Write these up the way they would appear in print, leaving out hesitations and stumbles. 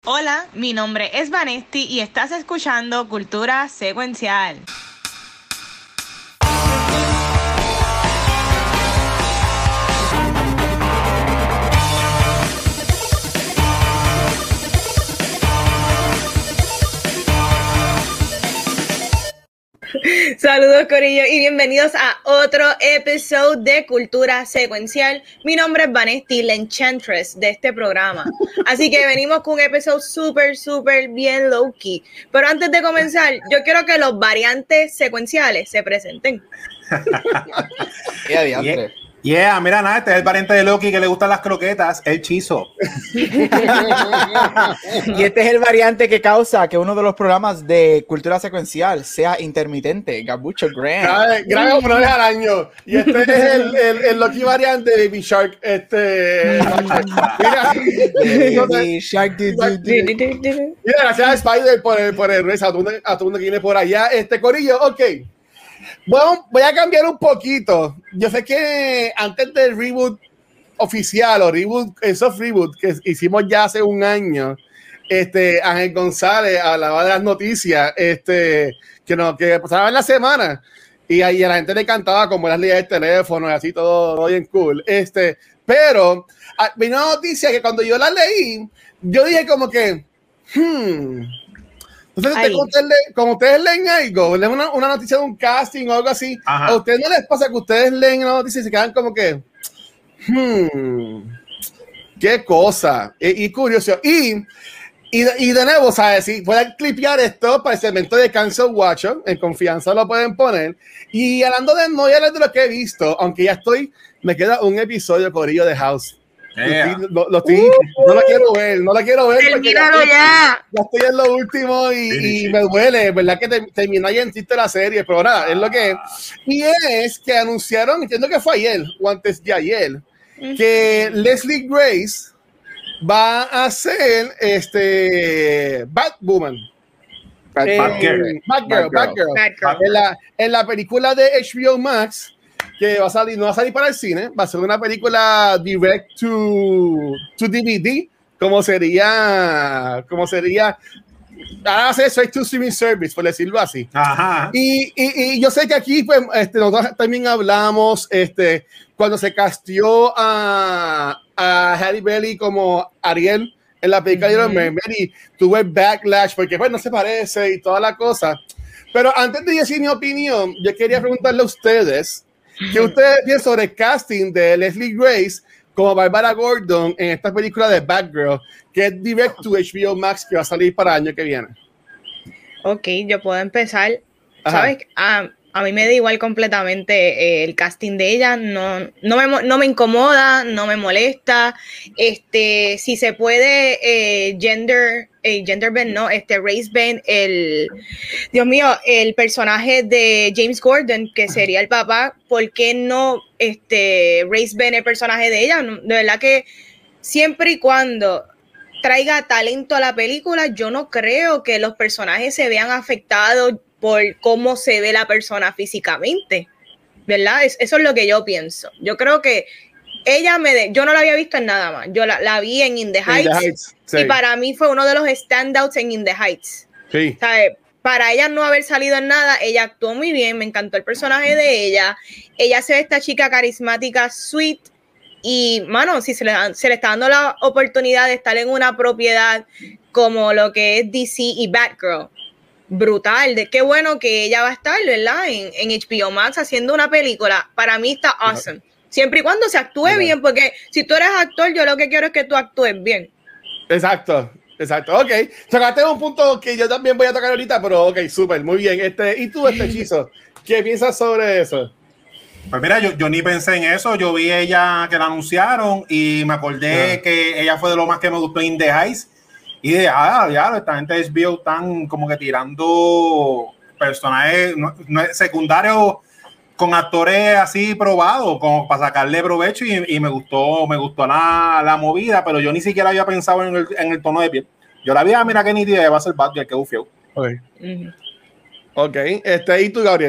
Hola, mi nombre es Vanesti y estás escuchando Cultura Secuencial. Saludos, corillo, y bienvenidos a otro episodio de Cultura Secuencial. Mi nombre es Vanesti, la Enchantress de este programa. Así que venimos con un episodio súper bien low-key. Pero antes de comenzar, yo quiero que los variantes secuenciales se presenten. Yeah, mira, nada, este es el pariente de Loki que le gustan las croquetas, el Chizo. Y este es el variante que causa que uno de los programas de cultura secuencial sea intermitente, Gabucho Grant. Grave una vez al año. Y este es el Loki variante de Baby Shark. Baby Shark. Mira, gracias a Spider por el race, a todo el mundo que viene por allá. Corillo, ok. Bueno, voy a cambiar un poquito. Yo sé que antes del reboot oficial o reboot, el soft reboot que hicimos ya hace un año, Ángel González hablaba de las noticias que pasaban en la semana y a la gente le encantaba como las líneas del teléfono y así todo bien cool. Pero vino una noticia que cuando yo la leí, yo dije como que entonces, como ustedes leen algo, leen una noticia de un casting o algo así, a ustedes no les pasa que ustedes leen una noticia y se quedan como que qué cosa, y curioso, y de nuevo, ¿sabes? Si pueden clipear esto para el segmento de Cancel Watcher, en confianza lo pueden poner, y hablando de no hablar de lo que he visto, aunque ya me queda un episodio corillo de House. No la quiero ver Termínalo ya estoy en lo último y me duele, ¿verdad? Que terminó ayer en la serie, pero nada, es lo que es. Y es que anunciaron, entiendo que fue ayer o antes de ayer, que Leslie Grace va a ser Batwoman. Batgirl. En la película de HBO Max, que no va a salir para el cine, va a ser una película direct to DVD, como sería straight to streaming service, por decirlo así. Y yo sé que aquí pues, nosotros también hablamos cuando se casteó a Halle Berry como Ariel en la película de Iron Man, y tuvo el backlash porque pues no se parece y toda la cosa. Pero antes de decir mi opinión, yo quería preguntarle a ustedes ¿qué ustedes piensan sobre el casting de Leslie Grace como Bárbara Gordon en esta película de Batgirl, que es direct to HBO Max, que va a salir para el año que viene? Ok, yo puedo empezar. ¿Sabes? A mí me da igual completamente el casting de ella. No me incomoda, no me molesta. Si se puede, gender bend, no, race bend, Dios mío, el personaje de James Gordon, que sería el papá, ¿por qué no race bend el personaje de ella? De verdad que siempre y cuando traiga talento a la película, yo no creo que los personajes se vean afectados por cómo se ve la persona físicamente, ¿verdad? Eso es lo que yo pienso. Yo creo que ella yo no la había visto en nada más. Yo la vi en In the Heights, sí. Y para mí fue uno de los standouts en In the Heights. Sí. ¿Sabes? Para ella no haber salido en nada, ella actuó muy bien, me encantó el personaje de ella. Ella se ve esta chica carismática, sweet, y, mano, si se le está dando la oportunidad de estar en una propiedad como lo que es DC y Batgirl, brutal, de qué bueno que ella va a estar, ¿verdad? En HBO Max haciendo una película. Para mí está awesome. Siempre y cuando se actúe bien, porque si tú eres actor, yo lo que quiero es que tú actúes bien. Exacto. Ok. Tocaste un punto que yo también voy a tocar ahorita, pero ok, súper, muy bien. ¿Y tú, Chizo? ¿Qué piensas sobre eso? Pues mira, yo ni pensé en eso. Yo vi ella que la anunciaron y me acordé que ella fue de lo más que me gustó en The Heights. Y de, esta gente de HBO están como que tirando personajes secundarios con actores así probados, como para sacarle provecho, y me gustó la movida, pero yo ni siquiera había pensado en el tono de piel. Yo la vi, mira qué nítida va a ser Batgirl, qué bufio. Ok, ¿y tú, Gabriel?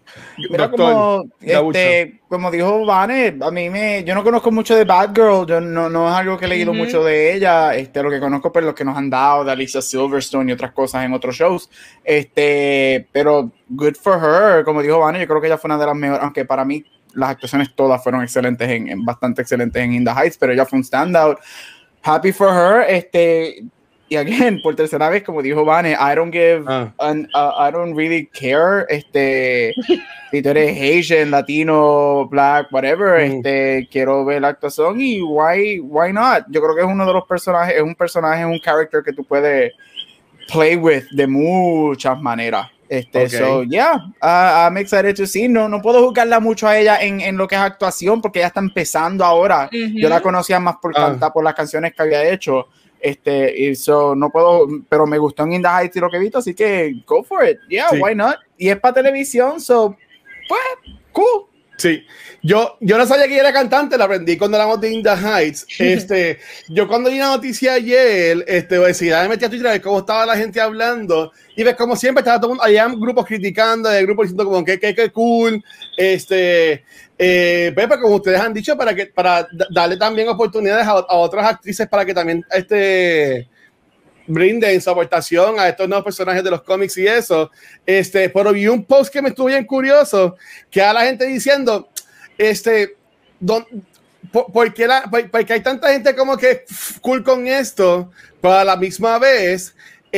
Mira, como dijo Vane, yo no conozco mucho de Batgirl, yo no es algo que he leído mucho de ella, lo que conozco pues los que nos han dado de Alicia Silverstone y otras cosas en otros shows, pero good for her, como dijo Vane, yo creo que ella fue una de las mejores, aunque para mí las actuaciones todas fueron excelentes, bastante excelentes en In the Heights, pero ella fue un standout. Happy for her, y again, por tercera vez, como dijo Vane, I don't really care, si tú eres Asian, Latino, Black, whatever, quiero ver la actuación y why not? Yo creo que es uno de los personajes, es un character que tú puedes play with de muchas maneras. So yeah, I'm excited to see. No puedo juzgarla mucho a ella en lo que es actuación porque ella está empezando ahora. Yo la conocía más por cantar, por las canciones que había hecho. Y so no puedo, pero me gustó en In the Heights y lo que he visto, así que go for it. Yeah, why not? Y es para televisión, so pues cool. Sí, yo no sabía que ella era cantante, la aprendí cuando hablamos de In the Heights. Yo cuando vi la noticia ayer, me metí a Twitter a ver cómo estaba la gente hablando, y ves como siempre estaba todo el mundo, había grupos criticando, el grupo diciendo como que cool, Pepe, como ustedes han dicho, para darle también oportunidades a otras actrices para que también brinden su aportación a estos nuevos personajes de los cómics y eso. Pero vi un post que me estuvo bien curioso, que a la gente diciendo, ¿por qué hay tanta gente como que cool con esto? Pero a la misma vez,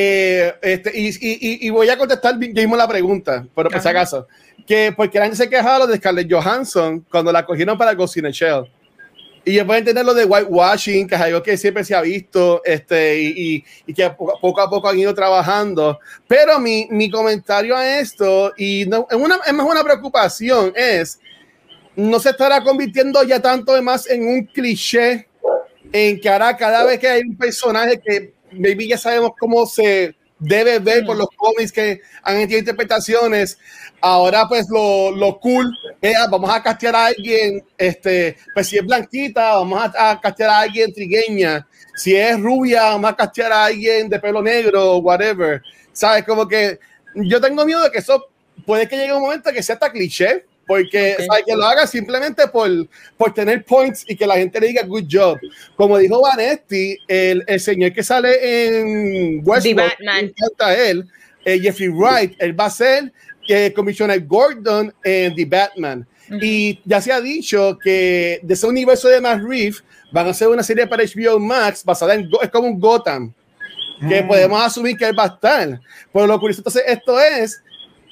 y voy a contestar mismo la pregunta, pero por si acaso, que porque la gente se quejaba de Scarlett Johansson cuando la cogieron para Ghost in the Shell. Y yo puedo entender lo de whitewashing, que es algo que siempre se ha visto, y que poco a poco han ido trabajando. Pero mi comentario a esto, y no, es más una preocupación, es, no se estará convirtiendo ya tanto más en un cliché, en que ahora cada vez que hay un personaje que maybe ya sabemos cómo se debe ver por los cómics que han hecho interpretaciones, ahora pues lo cool es, vamos a castear a alguien, pues si es blanquita, vamos a castear a alguien trigueña, si es rubia, vamos a castear a alguien de pelo negro o whatever, ¿sabes? Como que yo tengo miedo de que eso puede que llegue un momento que sea hasta cliché, porque ¿sabes? Que lo haga simplemente por tener points y que la gente le diga good job. Como dijo Vanetti, el señor que sale en Westworld, me encanta él, Jeffrey Wright, él va a ser Commissioner Gordon en The Batman. Y ya se ha dicho que de ese universo de Matt Reeves van a hacer una serie para HBO Max basada es como un Gotham, que podemos asumir que él va a estar. Pero lo curioso entonces esto es,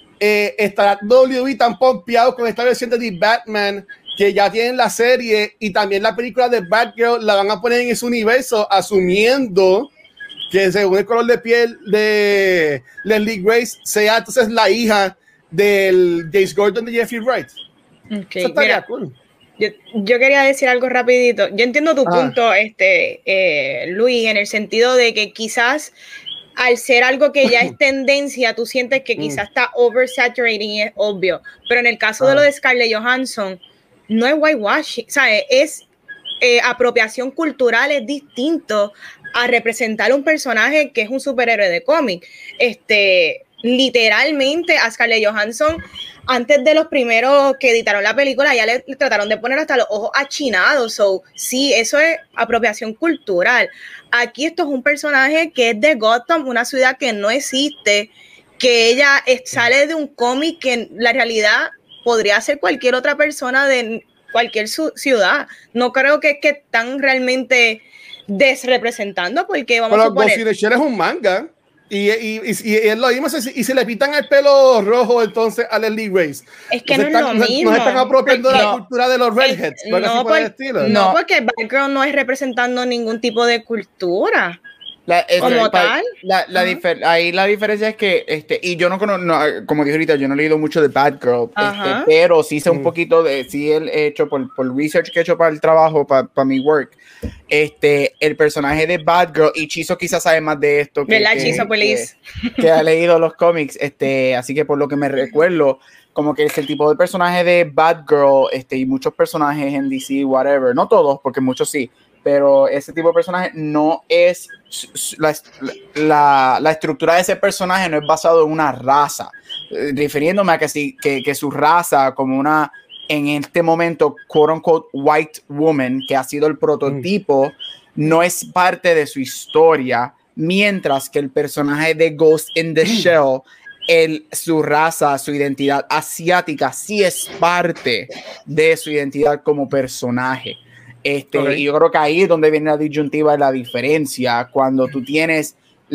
estará WWE tan pompeado con esta versión de The Batman, que ya tienen la serie y también la película de Batgirl la van a poner en ese universo, asumiendo que según el color de piel de Leslie Grace sea entonces la hija del James Gordon de Jeffrey Wright. Eso estaría cool. Yo quería decir algo rapidito. Yo entiendo tu punto, Luis, en el sentido de que quizás al ser algo que ya es tendencia, tú sientes que quizás está oversaturating y es obvio. Pero en el caso de lo de Scarlett Johansson, no es whitewashing, ¿sabes? Es apropiación cultural, es distinto a representar un personaje que es un superhéroe de cómic. Literalmente a Scarlett Johansson, antes de los primeros que editaron la película, ya le trataron de poner hasta los ojos achinados. So, sí, eso es apropiación cultural. Aquí esto es un personaje que es de Gotham, una ciudad que no existe, que ella sale de un cómic que en la realidad podría ser cualquier otra persona de cualquier ciudad. No creo que están realmente desrepresentando, porque vamos a suponer... Pero Ghost in the Shell es un manga. Y es lo mismo, y se le pitan el pelo rojo entonces a Leslie Grace. Es que entonces no es lo mismo. Nos están apropiando la cultura de los redheads. No, porque Batgirl no es representando ningún tipo de cultura. Como tal. Ahí la diferencia es que, y yo no conozco, como dije ahorita, yo no he leído mucho de Batgirl, pero sí sé un poquito sí he hecho por research que he hecho para el trabajo, para mi work, el personaje de Batgirl, y Chizo quizás sabe más de esto que ha leído los cómics, así que por lo que me recuerdo, como que es el tipo de personaje de Batgirl, y muchos personajes en DC, whatever, no todos, porque muchos sí, pero ese tipo de personaje no es la estructura de ese personaje no es basado en una raza. refiriéndome a que su raza como una, en este momento, quote unquote, white woman, que ha sido el prototipo, no es parte de su historia, mientras que el personaje de Ghost in the Shell, su raza, su identidad asiática, sí es parte de su identidad como personaje. Y yo creo que ahí es donde viene la disyuntiva y la diferencia, cuando tú tienes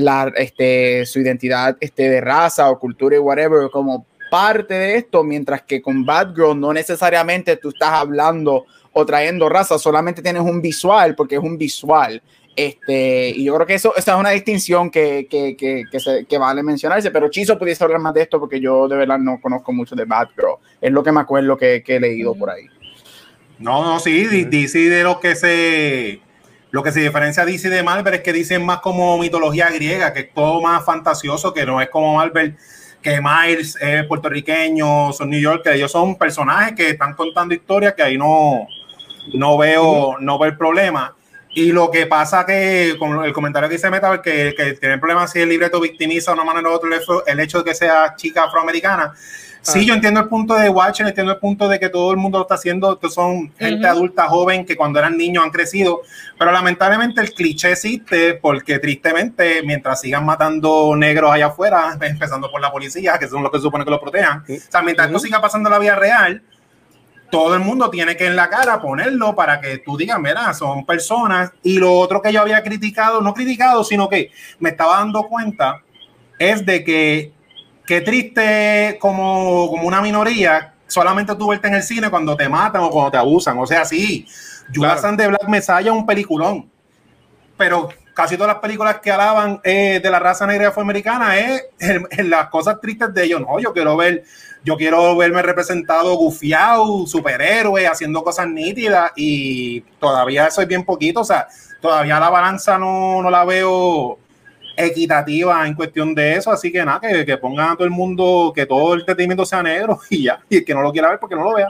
su identidad de raza o cultura y whatever como parte de esto, mientras que con Batgirl no necesariamente tú estás hablando o trayendo raza, solamente tienes un visual, porque es un visual. Y yo creo que esa es una distinción que vale mencionarse, pero Chizo pudiese hablar más de esto porque yo de verdad no conozco mucho de Batgirl. Es lo que me acuerdo que he leído por ahí. No, sí, DC de lo que se diferencia DC de Marvel es que dicen más como mitología griega, que es todo más fantasioso, que no es como Marvel, que Miles es puertorriqueño, son New York, que ellos son personajes que están contando historias que ahí no veo el problema. Y lo que pasa que, con el comentario que dice Meta, que tiene problemas si el libreto victimiza de una manera u otra el hecho de que sea chica afroamericana. Sí, yo entiendo el punto de Watcher, entiendo el punto de que todo el mundo lo está haciendo, estos son gente adulta, joven, que cuando eran niños han crecido, pero lamentablemente el cliché existe porque tristemente, mientras sigan matando negros allá afuera, empezando por la policía, que son los que se supone que los protejan, o sea, mientras esto siga pasando en la vida real, todo el mundo tiene que en la cara ponerlo para que tú digas, mira, son personas. Y lo otro que yo había sino que me estaba dando cuenta es de que qué triste como una minoría solamente tú verte en el cine cuando te matan o cuando te abusan. O sea, sí, Judas and the Black Messiah es un peliculón, pero casi todas las películas que alaban de la raza negra afroamericana es las cosas tristes de ellos. No, yo quiero verme representado gufiado, superhéroe, haciendo cosas nítidas, y todavía eso es bien poquito. O sea, todavía la balanza no la veo equitativa en cuestión de eso, así que nada, que pongan a todo el mundo, que todo el entretenimiento sea negro y ya, y el que no lo quiera ver porque no lo vea.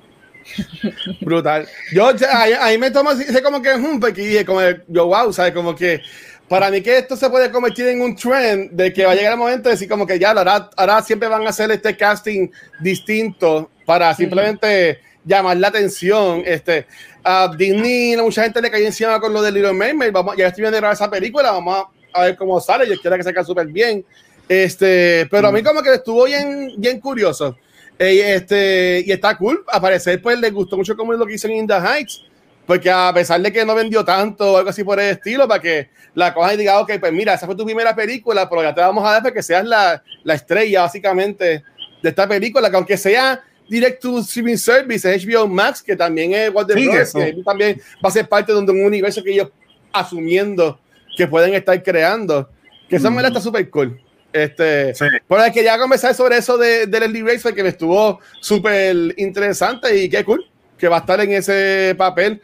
Brutal. Yo ahí me tomo así como que yo wow, ¿sabes? Como que para mí que esto se puede convertir en un trend de que va a llegar el momento de decir como que ya ahora siempre van a hacer este casting distinto para simplemente llamar la atención. Disney, mucha gente le cayó encima con lo de Little Mermaid. Ya estoy viendo esa película, vamos a ver cómo sale. Yo quiero que salga súper bien. Pero a mí como que estuvo bien curioso. Y está cool. A parecer, pues, les gustó mucho como lo que hizo en In the Heights, porque a pesar de que no vendió tanto o algo así por el estilo, para que la cojan y diga, ok, pues mira, esa fue tu primera película, pero ya te vamos a dar para que seas la estrella, básicamente, de esta película, que aunque sea direct to streaming service, HBO Max, que también es Warner Bros., que también va a ser parte de un universo que ellos asumiendo que pueden estar creando, que esa manera está súper cool. Pero quería conversar sobre eso de Leslie Grace, que me estuvo súper interesante y qué cool que va a estar en ese papel.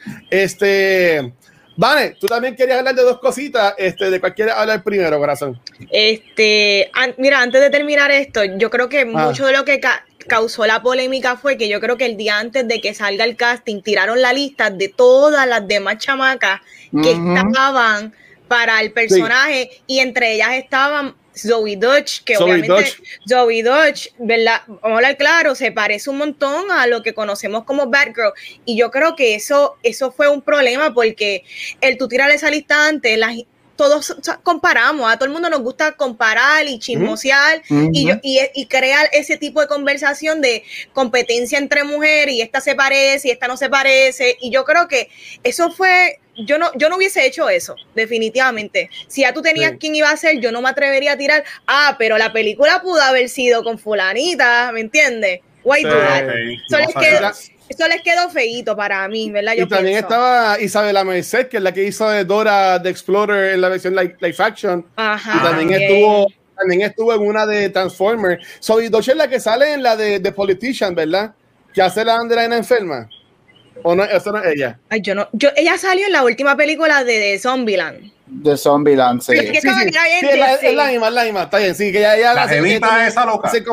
Vane, tú también querías hablar de dos cositas, ¿de cuál quieres hablar primero, corazón? Mira, antes de terminar esto, yo creo que mucho de lo que causó la polémica fue que yo creo que el día antes de que salga el casting tiraron la lista de todas las demás chamacas que estaban para el personaje, y entre ellas estaban Zoe Dutch, que obviamente Zoe Dutch, ¿verdad? Vamos a hablar claro, se parece un montón a lo que conocemos como Batgirl, y yo creo que eso fue un problema, porque tú tirar esa lista antes, todos comparamos, a todo el mundo nos gusta comparar y chismosear y crear ese tipo de conversación de competencia entre mujeres, y esta se parece y esta no se parece, y yo creo que eso fue... Yo no hubiese hecho eso, definitivamente. Si ya tú tenías quién iba a ser, yo no me atrevería a tirar, pero la película pudo haber sido con fulanita, ¿me entiendes? Eso les quedó feíto para mí, ¿verdad? Y también estaba Isabela Merced, que es la que hizo de Dora the Explorer en la versión live action. Ajá, y también estuvo en una de Transformers. Zoe Dutch es la que sale en la de The Politician, ¿verdad? Que hace la Andrea enferma. ¿O no? Eso no es ella. Ay, ella salió en la última película de Zombieland. De Zombieland, sí. Es la misma. Está bien, sí, que ella la jevita esa loca. Sí.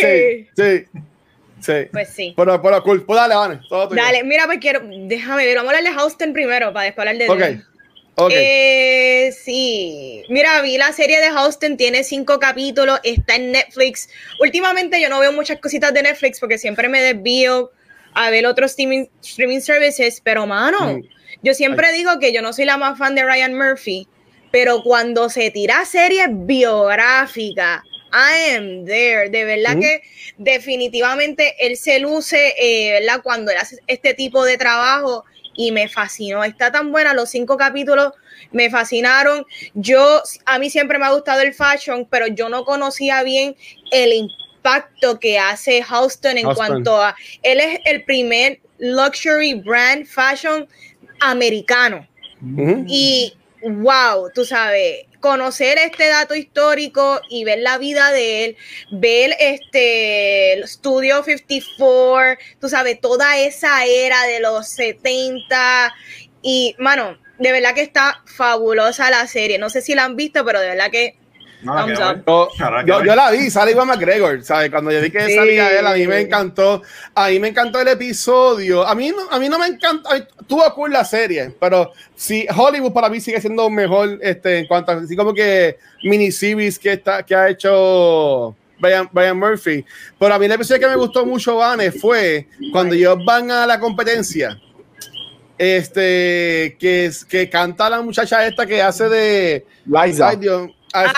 Pues sí. Pero cool. Pues dale, Vane. Dale, mira, pues déjame ver. Vamos a hablar de Houston primero para después hablar de... Ok. Okay. Sí. Mira, vi la serie de Houston, tiene 5 capítulos, está en Netflix. Últimamente yo no veo muchas cositas de Netflix porque siempre me desvío a ver otros streaming services, pero mano, yo siempre digo que yo no soy la más fan de Ryan Murphy, pero cuando se tira series biográficas, I am there. De verdad que definitivamente él se luce, ¿verdad? Cuando él hace este tipo de trabajo y me fascinó. Está tan buena, los 5 capítulos me fascinaron. A mí siempre me ha gustado el fashion, pero yo no conocía bien el impacto que hace Houston en cuanto a... Él es el primer luxury brand fashion americano. Y wow, tú sabes, conocer este dato histórico y ver la vida de él, ver Studio 54, tú sabes, toda esa era de los 70 y, mano, de verdad que está fabulosa la serie. No sé si la han visto, pero de verdad que thumbs up. Yo la vi, sale Iwan McGregor, ¿sabes? Cuando yo vi que salía él, a mí me encantó. A mí me encantó el episodio. A mí no me encanta. Tuvo cool la serie, pero sí, Hollywood para mí sigue siendo mejor en cuanto a así como que miniseries que ha hecho Brian Murphy. Pero a mí el episodio que me gustó mucho, Vane, fue cuando ellos van a la competencia. Que canta la muchacha esta que hace de Liza. Ay, Dios.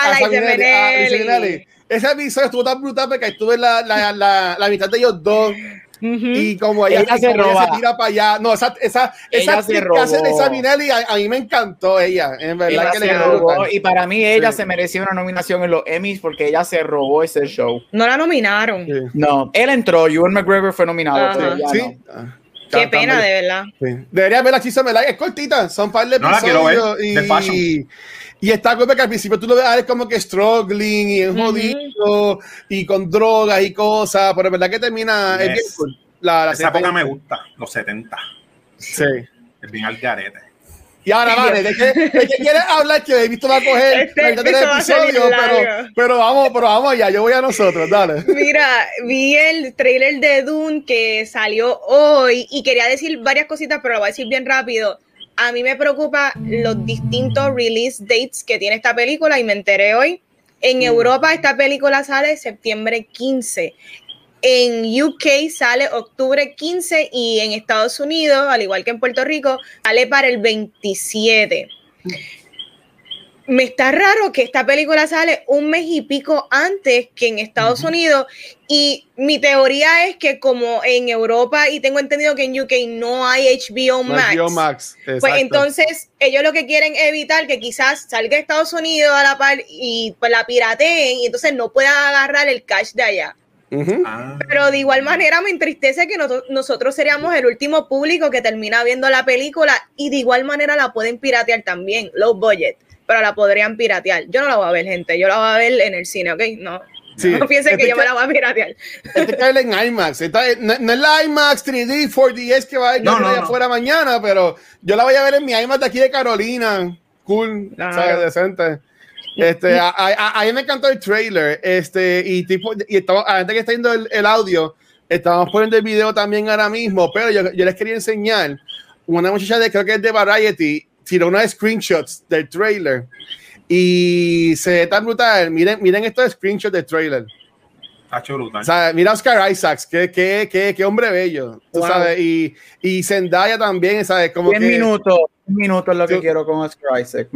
Ese episodio estuvo tan brutal porque estuve en la mitad de ellos dos y como ella se tira para allá. No, esa que hace de esa Minelli, a mí me encantó ella. En verdad que le robó. Y para mí ella se merecía una nominación en los Emmys porque ella se robó ese show. No la nominaron. Sí. No, él entró. Ewan McGregor fue nominado. Sí. No. Qué pena, de verdad. Sí. Debería ver la Chisa Melay, es cortita, son par de episodios. No la quiero ver, de fashion. Y está cool porque al principio tú lo ves a él como que struggling y es jodido y con drogas y cosas, pero es verdad que termina, es bien cool. Esa época me gusta, los 70. Sí. Es bien al garete. Y ahora, vale, ¿de qué quieres hablar? Que he visto va a coger el episodio, pero vamos allá, yo voy a nosotros, dale. Mira, vi el trailer de Dune que salió hoy y quería decir varias cositas, pero lo voy a decir bien rápido. A mí me preocupa los distintos release dates que tiene esta película y me enteré hoy. En Europa esta película sale septiembre 15. En UK sale octubre 15 y en Estados Unidos, al igual que en Puerto Rico, sale para el 27. Me está raro que esta película sale un mes y pico antes que en Estados Unidos y mi teoría es que como en Europa y tengo entendido que en UK no hay HBO Max, pues entonces ellos lo que quieren evitar que quizás salga a Estados Unidos a la par y pues la pirateen y entonces no puedan agarrar el cash de allá. Pero de igual manera me entristece que nosotros seríamos el último público que termina viendo la película y de igual manera la pueden piratear también, low budget, pero la podrían piratear. Yo no la voy a ver, gente, yo la voy a ver en el cine, ¿ok? No piensen que yo me la voy a piratear. Cae en IMAX, no es la IMAX 3D 4DX que va a ir afuera mañana, pero yo la voy a ver en mi IMAX de aquí de Carolina, cool, ¿sabes? Decente. A mí me encantó el trailer, y estamos, a la gente que está viendo el audio, estamos poniendo el video también ahora mismo, pero yo les quería enseñar una muchacha creo que es de Variety, tiró unos screenshots del trailer y se ve tan brutal. Miren estos screenshots del trailer. Brutal. O sea, mira a Oscar Isaacs, qué hombre bello, tú sabes, y Zendaya también, ¿sabes? Como 10 minutos es lo que quiero con Oscar Isaac.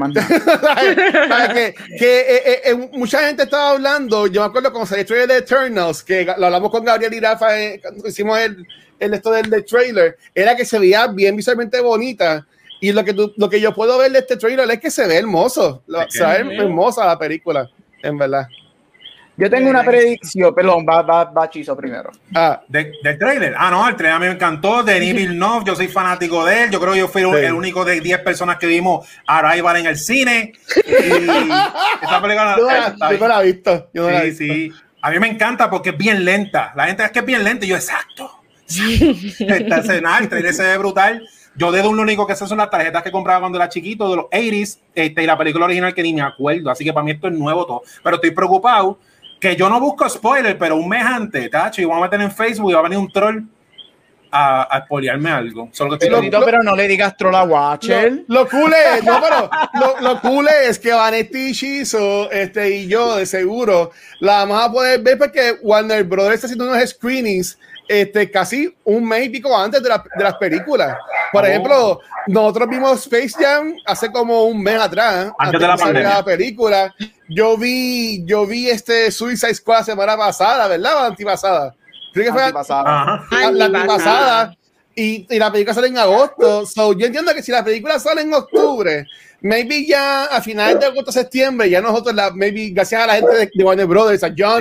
Mucha gente estaba hablando, yo me acuerdo cuando salió el trailer de Eternals, que lo hablamos con Gabriel y Rafa cuando hicimos esto del trailer, era que se veía bien visualmente bonita, y lo que yo puedo ver de este trailer es que se ve hermoso, se ve hermosa la película, en verdad. Yo tengo una predicción, perdón, va Chizo primero. ¿Del trailer? No, el trailer a mí me encantó, Denis Villeneuve, yo soy fanático de él, yo creo que yo fui el único de 10 personas que vimos Arrival en el cine, y esta película yo no la he visto. Sí, a mí me encanta porque es bien lenta, la gente es que es bien lenta, y yo, exacto, el trailer se ve brutal. Yo de lo único que sé son las tarjetas que compraba cuando era chiquito de los 80s, y la película original que ni me acuerdo, así que para mí esto es nuevo todo, pero estoy preocupado que yo no busco spoiler, pero un mes antes, tacho, y voy a meter en Facebook y va a venir un troll a spoilearme algo. Solo que pero no le digas troll a Watcher. Lo cool es que Vanetti, Shizo, y yo de seguro la vamos a poder ver porque Warner Brothers está haciendo unos screenings casi un mes y pico antes de las películas. Por ejemplo, nosotros vimos Space Jam hace como un mes atrás, antes de la pandemia. La película. Yo vi Suicide Squad la semana pasada, ¿verdad? O antipasada. Creo que fue la antipasada. Y la película sale en agosto. So, yo entiendo que si la película sale en octubre, maybe ya a finales de agosto, septiembre, ya nosotros, maybe gracias a la gente de Warner Brothers, a John,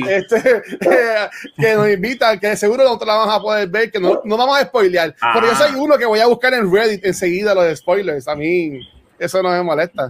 que nos invitan, que seguro nosotros la vamos a poder ver, que no vamos a spoilear. Pero yo soy uno que voy a buscar en Reddit enseguida los spoilers. A mí eso no me molesta.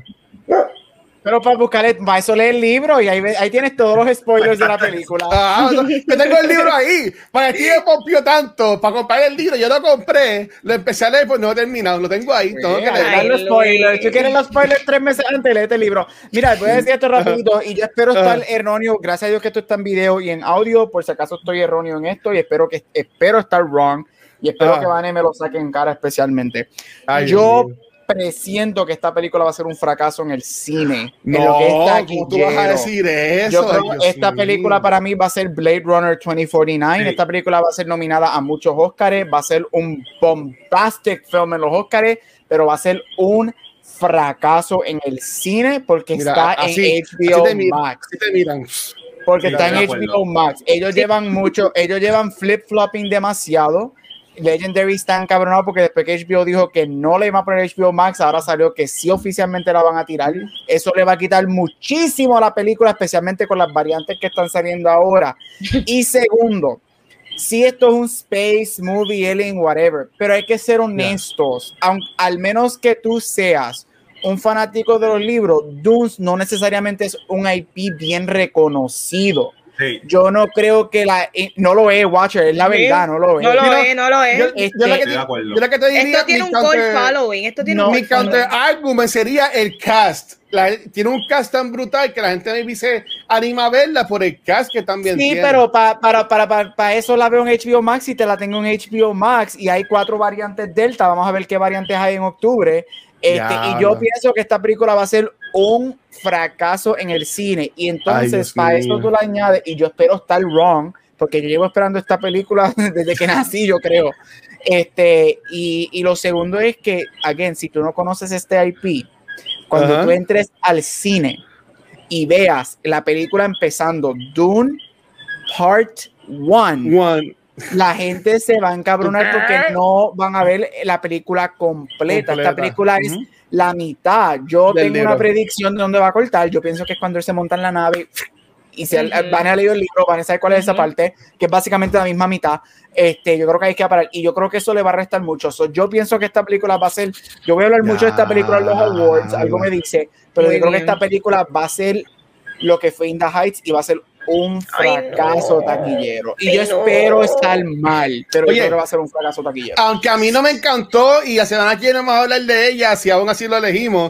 Pero para buscarle, para eso lee el libro y ahí tienes todos los spoilers de la película. Yo tengo el libro ahí. Para que me pompió tanto para comprar el libro. Yo lo compré, lo empecé a leer, pues no he terminado. Lo tengo ahí. Tengo que leer los spoilers. Si quieres los spoilers 3 meses antes, léete el libro. Mira, voy a decir esto rapidito y yo espero estar erróneo. Gracias a Dios que esto está en video y en audio. Por si acaso estoy erróneo en esto y espero estar wrong. Y espero que Vane me lo saque en cara especialmente. Yo presiento que esta película va a ser un fracaso en el cine. No, en lo que está ¿cómo tú vas a decir eso? Yo creo que esta película para mí va a ser Blade Runner 2049. Sí. Esta película va a ser nominada a muchos Oscars, va a ser un bombastic film en los Oscars, pero va a ser un fracaso en el cine porque está en HBO Max. Porque está en HBO Max. Ellos llevan flip-flopping demasiado. Legendary está encabronado porque después que HBO dijo que no le iba a poner HBO Max, ahora salió que sí oficialmente la van a tirar. Eso le va a quitar muchísimo a la película, especialmente con las variantes que están saliendo ahora. Y segundo, si esto es un space movie, alien, whatever, pero hay que ser honestos, al menos que tú seas un fanático de los libros, Dune no necesariamente es un IP bien reconocido. Sí. Yo no creo que no lo es, Watcher, es la verdad, no lo es. No lo es. Yo lo que te diría, esto tiene un cult following. Mi counter argument sería el cast. Tiene un cast tan brutal que la gente maybe se anima a verla por el cast que también tiene. Sí, pero para eso la veo en HBO Max y te la tengo en HBO Max y hay 4 variantes Delta. Vamos a ver qué variantes hay en octubre. Y yo pienso que esta película va a ser un fracaso en el cine y entonces para eso tú la añades y yo espero estar wrong porque yo llevo esperando esta película desde que nací, yo creo. Y lo segundo es que, again, si tú no conoces este IP, cuando tú entres al cine y veas la película empezando Dune Part 1, la gente se va a encabronar porque no van a ver la película completa. Esta película es la mitad. Yo tengo una predicción de dónde va a cortar. Yo pienso que es cuando él se monta en la nave y van a leer el libro, van a saber cuál es esa parte, que es básicamente la misma mitad. Yo creo que hay que parar y yo creo que eso le va a restar mucho. Yo pienso que esta película va a ser, yo voy a hablar mucho de esta película en los awards, algo me dice, pero yo creo que esta película va a ser lo que fue In the Heights y va a ser un fracaso taquillero. Y yo espero estar mal, pero yo creo que va a ser un fracaso taquillero. Aunque a mí no me encantó y la semana que viene vamos a hablar de ella, si aún así lo elegimos.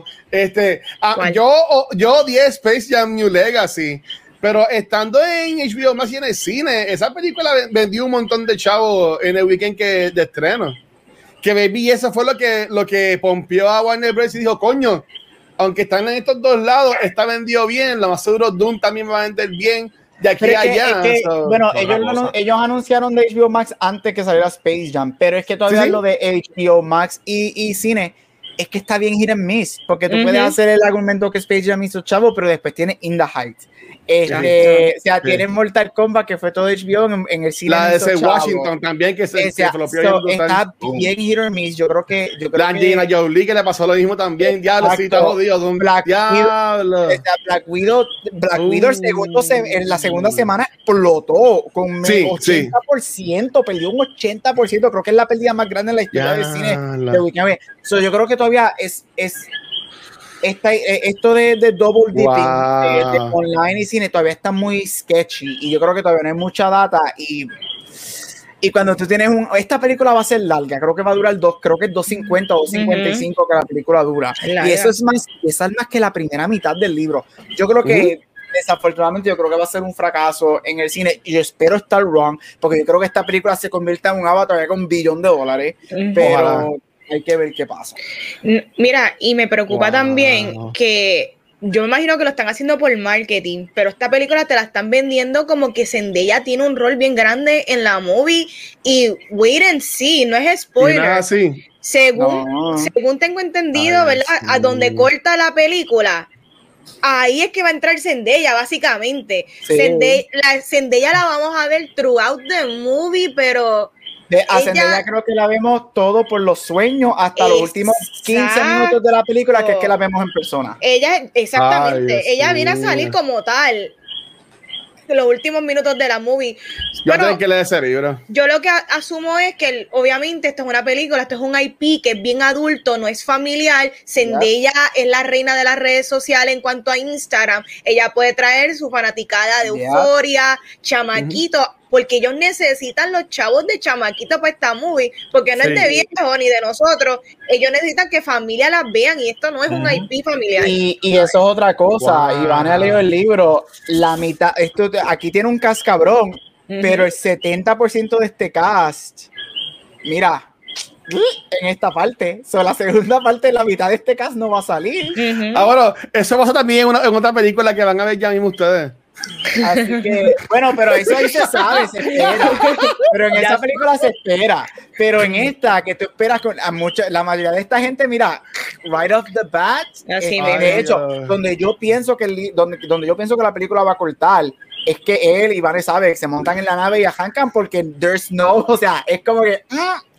Yo odié Space Jam New Legacy, pero estando en HBO Max y en el cine, esa película vendió un montón de chavos en el weekend de estreno. Que baby, eso fue lo que pompió a Warner Bros. Y dijo, coño, aunque están en estos dos lados, está vendido bien, lo más seguro Dune también va a vender bien de aquí a allá. Bueno, ellos anunciaron de HBO Max antes que saliera Space Jam, pero es que todavía lo de HBO Max y cine es que está bien hit and miss, porque tú puedes hacer el argumento que Space Jam hizo chavo, pero después tiene In the Heights. O sea, tiene Mortal Kombat, que fue todo HBO en el cine. La de Washington también, que se flopió. Está bien hit or miss. Yo creo que Angelina Jolie, que le pasó lo mismo tamén. Diablo, sí, está jodido. Black Widow en la segunda semana explotó con 80%, perdió un 80%. Creo que es la pérdida más grande en la historia del cine. Yo creo que todavía esto de double dipping de online y cine todavía está muy sketchy y yo creo que todavía no hay mucha data y cuando tú tienes esta película va a ser larga, creo que va a durar creo que es 250 o 255 que la película dura y eso es más que la primera mitad del libro. Yo creo que desafortunadamente yo creo que va a ser un fracaso en el cine y yo espero estar wrong porque yo creo que esta película se convierta en un Avatar con $1 billón, pero ojalá. Hay que ver qué pasa. Mira, y me preocupa también que yo me imagino que lo están haciendo por marketing, pero esta película te la están vendiendo como que Zendaya tiene un rol bien grande en la movie y wait and see, no es spoiler. Según tengo entendido, ¿verdad? Sí. A donde corta la película, ahí es que va a entrar Zendaya, básicamente. Sí. Zendaya la vamos a ver throughout the movie, pero... A Zendaya creo que la vemos todo por los sueños hasta los últimos 15 minutos de la película, que es que la vemos en persona. Ella, exactamente, ella viene a salir como tal los últimos minutos de la movie. Pero que le dé cerebro. Yo lo que asumo es que obviamente esto es una película, esto es un IP que es bien adulto, no es familiar. Zendaya es la reina de las redes sociales en cuanto a Instagram. Ella puede traer su fanaticada de euforia, chamaquito, porque ellos necesitan los chavos de chamaquito para esta movie, porque no es de viejos ni de nosotros. Ellos necesitan que familia las vean y esto no es un IP familiar. Y eso es otra cosa. Iván ha leído el libro, la mitad, aquí tiene un cast cabrón, pero el 70% de este cast, mira, en esta parte, la segunda parte de la mitad de este cast no va a salir. Bueno, eso pasa también en otra película que van a ver ya mismo ustedes. Así que, bueno, pero eso ahí se sabe, se espera. Pero en esa película se espera. Pero en esta, que tú esperas con la mayoría de esta gente, mira, right off the bat, de hecho, donde yo pienso que donde yo pienso que la película va a cortar, es que él y Vanessa sabe que se montan en la nave y arrancan porque there's no, o sea, es como que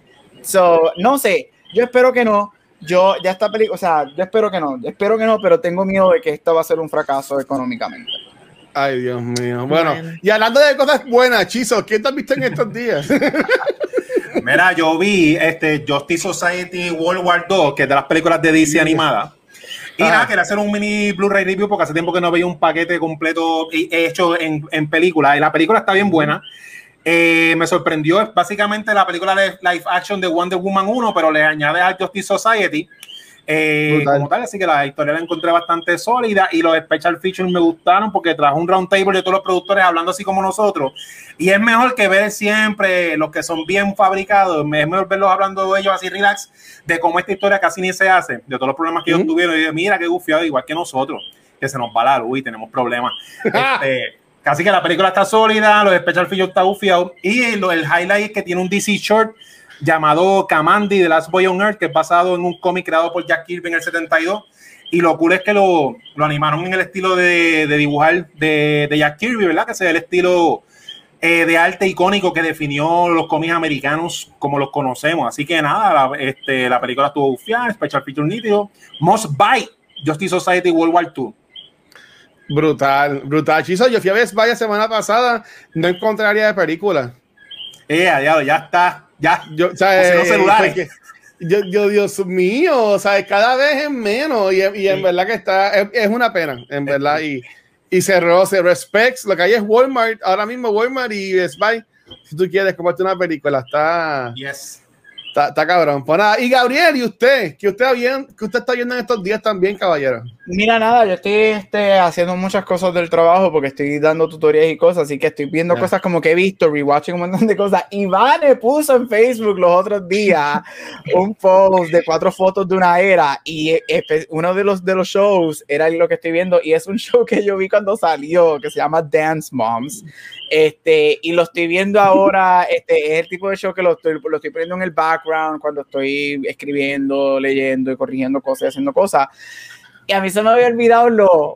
no sé, yo espero que no. Yo espero que no, pero tengo miedo de que esto va a ser un fracaso económicamente. Ay, Dios mío. Bueno, y hablando de cosas buenas, Chizo, ¿qué te has visto en estos días? Mira, yo vi Justice Society World War II, que es de las películas de DC animadas. Y nada, quería hacer un mini Blu-ray review porque hace tiempo que no veía un paquete completo hecho en película. Y la película está bien buena. Me sorprendió, es básicamente la película de live action de Wonder Woman 1, pero le añade al Justice Society. Como tal, así que la historia la encontré bastante sólida y los special features me gustaron porque trajo un round table de todos los productores hablando así como nosotros y es mejor que ver siempre los que son bien fabricados, es mejor verlos hablando de ellos así relax, de cómo esta historia casi ni se hace, de todos los problemas que ellos tuvieron y de, mira qué gufiado, igual que nosotros, que se nos va la luz y tenemos problemas. Casi que la película está sólida, los special features están gufiados y el highlight es que tiene un DC short llamado Kamandi, The Last Boy on Earth, que es basado en un cómic creado por Jack Kirby en el 72, y lo cool es que lo animaron en el estilo de dibujar de Jack Kirby, ¿verdad? Que es el estilo de arte icónico que definió los cómics americanos como los conocemos, así que nada, la película estuvo bufiada, special feature nítido, Must Buy, Justice Society World War II. Brutal, Chizo, yo fui a Best Buy la semana pasada, no encontré área de película. Ya está. Ya, celulares. Dios mío, o sea, cada vez es menos y en verdad que es una pena, en verdad, y se respects, lo que hay es Walmart, ahora mismo Walmart y Best Buy, si tú quieres comprarte una película, está cabrón. Pues nada, y Gabriel, ¿y usted? ¿Qué usted está viendo en estos días también, caballero? Mira, nada, yo estoy haciendo muchas cosas del trabajo porque estoy dando tutoriales y cosas, así que estoy viendo cosas como que he visto, rewatching un montón de cosas. Iván puso en Facebook los otros días un post de 4 fotos de una era y uno de los shows era lo que estoy viendo y es un show que yo vi cuando salió que se llama Dance Moms. Y lo estoy viendo ahora, es el tipo de show que lo estoy poniendo en el background cuando estoy escribiendo, leyendo y corrigiendo cosas y haciendo cosas. Y a mí se me había olvidado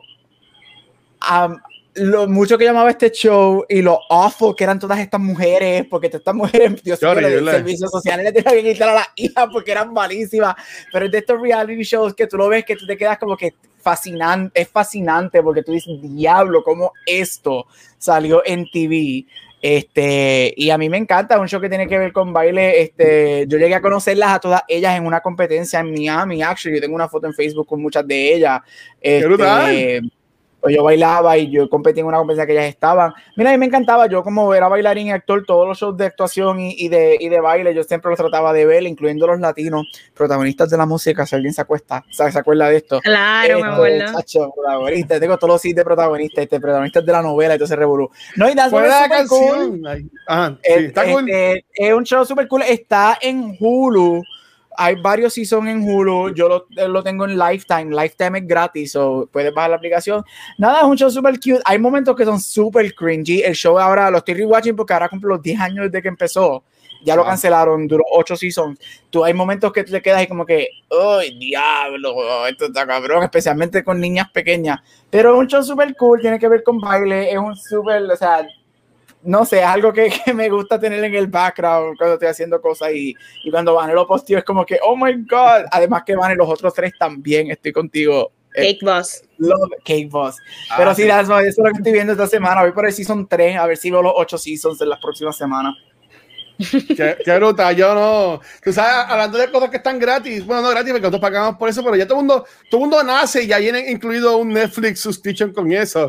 lo mucho que llamaba este show y lo awful que eran todas estas mujeres, porque todas estas mujeres, Dios mío, los servicios sociales le tenían que quitar a las hijas porque eran malísimas, pero es de estos reality shows que tú lo ves que tú te quedas como que fascinante, es fascinante porque tú dices, diablo, cómo esto salió en TV. Y a mí me encanta, un show que tiene que ver con baile. Yo llegué a conocerlas a todas ellas en una competencia en Miami, actually. Yo tengo una foto en Facebook con muchas de ellas. pues yo bailaba y yo competí en una competencia que ellas estaban. Mira, a mí me encantaba, yo como era bailarín y actor, todos los shows de actuación y de baile, yo siempre los trataba de ver, incluyendo los latinos, protagonistas de la música, si alguien se acuerda de esto. Claro, me acuerdo. Protagonistas, tengo todos los sitios de protagonistas, protagonistas de la novela, entonces revolú. No, y ¿Cuál es la canción? Cool. Ajá, sí, está cool. Es un show súper cool, está en Hulu. Hay varios seasons en Hulu, yo lo tengo en Lifetime es gratis, o puedes bajar la aplicación. Nada, es un show super cute, hay momentos que son super cringy, el show ahora lo estoy rewatching porque ahora cumple los 10 años desde que empezó, ya lo cancelaron, duró 8 seasons, hay momentos que tú te quedas y como que, ¡ay, diablo! Esto está cabrón, especialmente con niñas pequeñas, pero es un show super cool, tiene que ver con baile, es un super, o sea, no sé, es algo que me gusta tener en el background cuando estoy haciendo cosas y cuando Vane lo posteo es como que, oh my God, además que Vane, los otros 3 también, estoy contigo. Cake Boss. Cake Boss. Pero sí, eso es lo que estoy viendo esta semana, voy por el season 3, a ver si veo los 8 seasons en las próximas semanas. Qué bruta, yo no. Tú sabes, hablando de cosas que están gratis, bueno, no gratis porque nosotros pagamos por eso, pero ya todo el mundo nace y ya viene incluido un Netflix subscription con eso.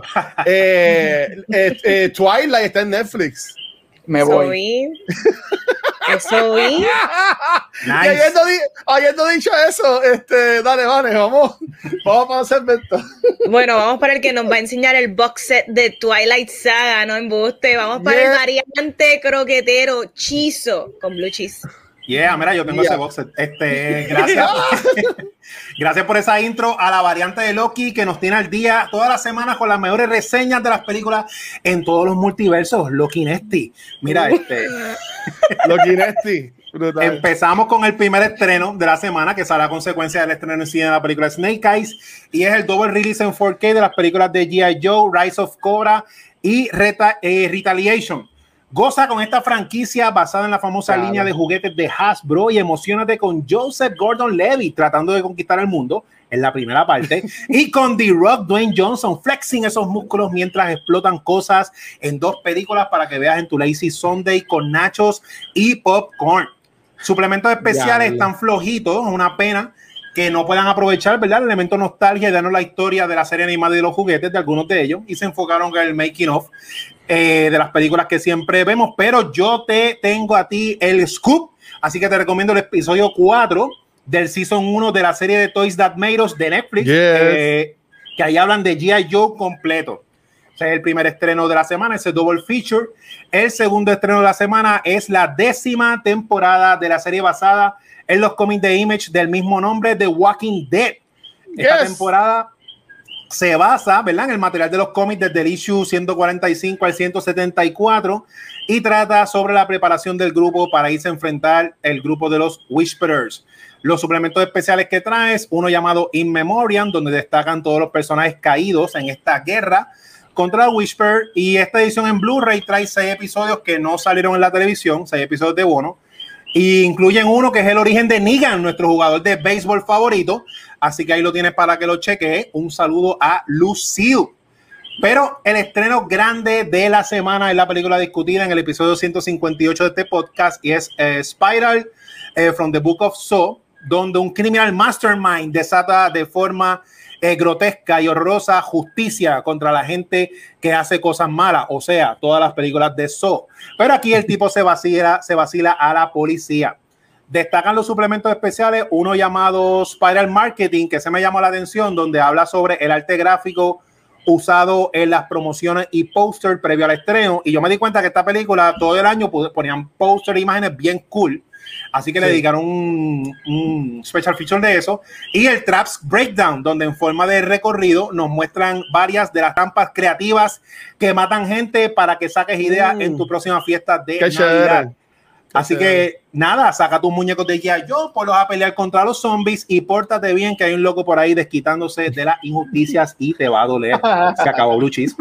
Twilight está en Netflix. Me voy. Eso vi. Nice. Habiendo dicho eso, dale, vamos para hacer esto. Bueno, vamos para el que nos va a enseñar el box set de Twilight Saga, no embuste. Vamos para el variante croquetero Chizo con blue cheese. Yeah, mira, yo tengo ese box set. Gracias. Gracias por esa intro a la variante de Loki que nos tiene al día todas las semanas con las mejores reseñas de las películas en todos los multiversos. Loki Nesty. Mira, Loki Nesty. Brutal. Empezamos con el primer estreno de la semana, que será consecuencia del estreno en cine de la película Snake Eyes, y es el double release en 4K de las películas de G.I. Joe, Rise of Cobra y Retaliation. Goza con esta franquicia basada en la famosa línea de juguetes de Hasbro y emocionate con Joseph Gordon-Levitt tratando de conquistar el mundo en la primera parte y con The Rock Dwayne Johnson flexing esos músculos mientras explotan cosas en 2 películas para que veas en tu Lazy Sunday con nachos y popcorn. Suplementos especiales están flojitos, una pena que no puedan aprovechar, ¿verdad? El elemento nostalgia y darnos la historia de la serie animada y de los juguetes de algunos de ellos y se enfocaron en el making of de las películas que siempre vemos, pero yo te tengo a ti el scoop, así que te recomiendo el episodio 4 del season 1 de la serie de Toys That Made Us de Netflix, que ahí hablan de G.I. Joe completo. Ese es el primer estreno de la semana, ese double feature. El segundo estreno de la semana es la 10ª temporada de la serie basada en los cómics de Image del mismo nombre, The Walking Dead. Esta temporada se basa, ¿verdad?, en el material de los cómics desde el issue 145 al 174 y trata sobre la preparación del grupo para irse a enfrentar el grupo de los Whisperers. Los suplementos especiales que traes, uno llamado In Memoriam, donde destacan todos los personajes caídos en esta guerra contra el Whisper, y esta edición en Blu-ray trae 6 episodios que no salieron en la televisión, 6 episodios de bono, y incluyen uno que es el origen de Negan, nuestro jugador de béisbol favorito, así que ahí lo tienes para que lo cheques. Un saludo a Lucille. Pero el estreno grande de la semana es la película discutida en el episodio 158 de este podcast y es Spiral from the Book of Saw, donde un criminal mastermind desata de forma grotesca y horrorosa justicia contra la gente que hace cosas malas, o sea, todas las películas de Saw. Pero aquí el tipo se vacila a la policía. Destacan los suplementos especiales, uno llamado Spiral Marketing, que se me llamó la atención, donde habla sobre el arte gráfico usado en las promociones y póster previo al estreno, y yo me di cuenta que esta película todo el año ponían póster e imágenes bien cool, así que le dedicaron un special feature de eso, y el Traps Breakdown, donde en forma de recorrido nos muestran varias de las trampas creativas que matan gente para que saques ideas en tu próxima fiesta de Navidad. Así que nada, saca tus muñecos de G.I. Joe, ponlos a pelear contra los zombies y pórtate bien, que hay un loco por ahí desquitándose de las injusticias y te va a doler. Se acabó Blue Cheese.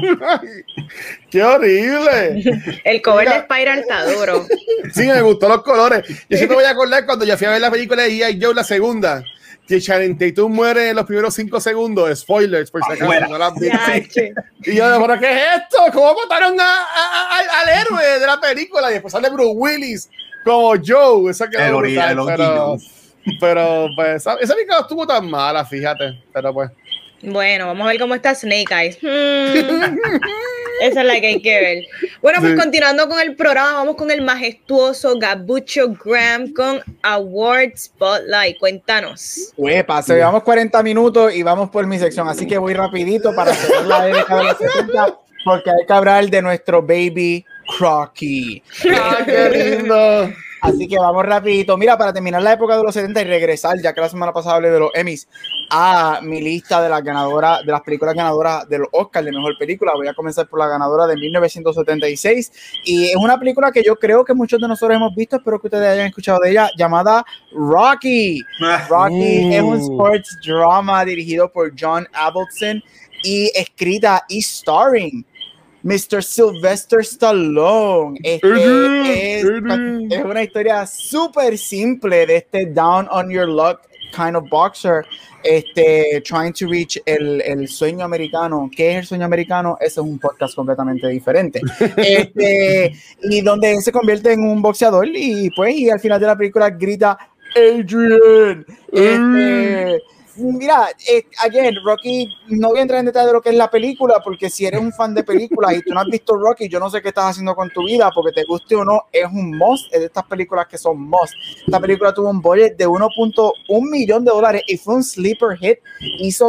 ¡Qué horrible! El cover de Spiral está duro. Sí, me gustó los colores. Yo siempre voy a acordar cuando yo fui a ver la película de G.I. Joe, la segunda, que Channing Tatum muere en los primeros 5 segundos. Spoilers, por si acaso no la has visto. Y yo, ¿pero qué es esto? ¿Cómo mataron al héroe de la película? Y después sale Bruce Willis como Joe. Eso quedó brutal, pero pues esa película no estuvo tan mala, fíjate. Pero pues Bueno, vamos a ver cómo está Snake Eyes. Esa es la que hay que ver. Bueno, pues continuando con el programa, vamos con el majestuoso Gabucho Graham con Award Spotlight. Cuéntanos. Uepa, llevamos 40 minutos y vamos por mi sección, así que voy rapidito para hacer la década de los 70, porque hay que hablar de nuestro baby Crocky. ¡Qué lindo! Así que vamos rapidito. Mira, para terminar la época de los 70 y regresar, ya que la semana pasada hablé de los Emmys, a mi lista de las ganadoras, de las películas ganadoras de los Oscars de mejor película. Voy a comenzar por la ganadora de 1976. Y es una película que yo creo que muchos de nosotros hemos visto, espero que ustedes hayan escuchado de ella, llamada Rocky. Rocky es un sports drama dirigido por John Avildsen y escrita y starring Mr. Sylvester Stallone. Es una historia súper simple de este down on your luck kind of boxer, trying to reach el sueño americano. ¿Qué es el sueño americano? Ese es un podcast completamente diferente. Y donde él se convierte en un boxeador y pues y al final de la película grita Adrian. Mira, again, Rocky, no voy a entrar en detalle de lo que es la película, porque si eres un fan de películas y tú no has visto Rocky, yo no sé qué estás haciendo con tu vida, porque te guste o no, es un must, es de estas películas que son must. Esta película tuvo un budget de $1.1 millón y fue un sleeper hit, hizo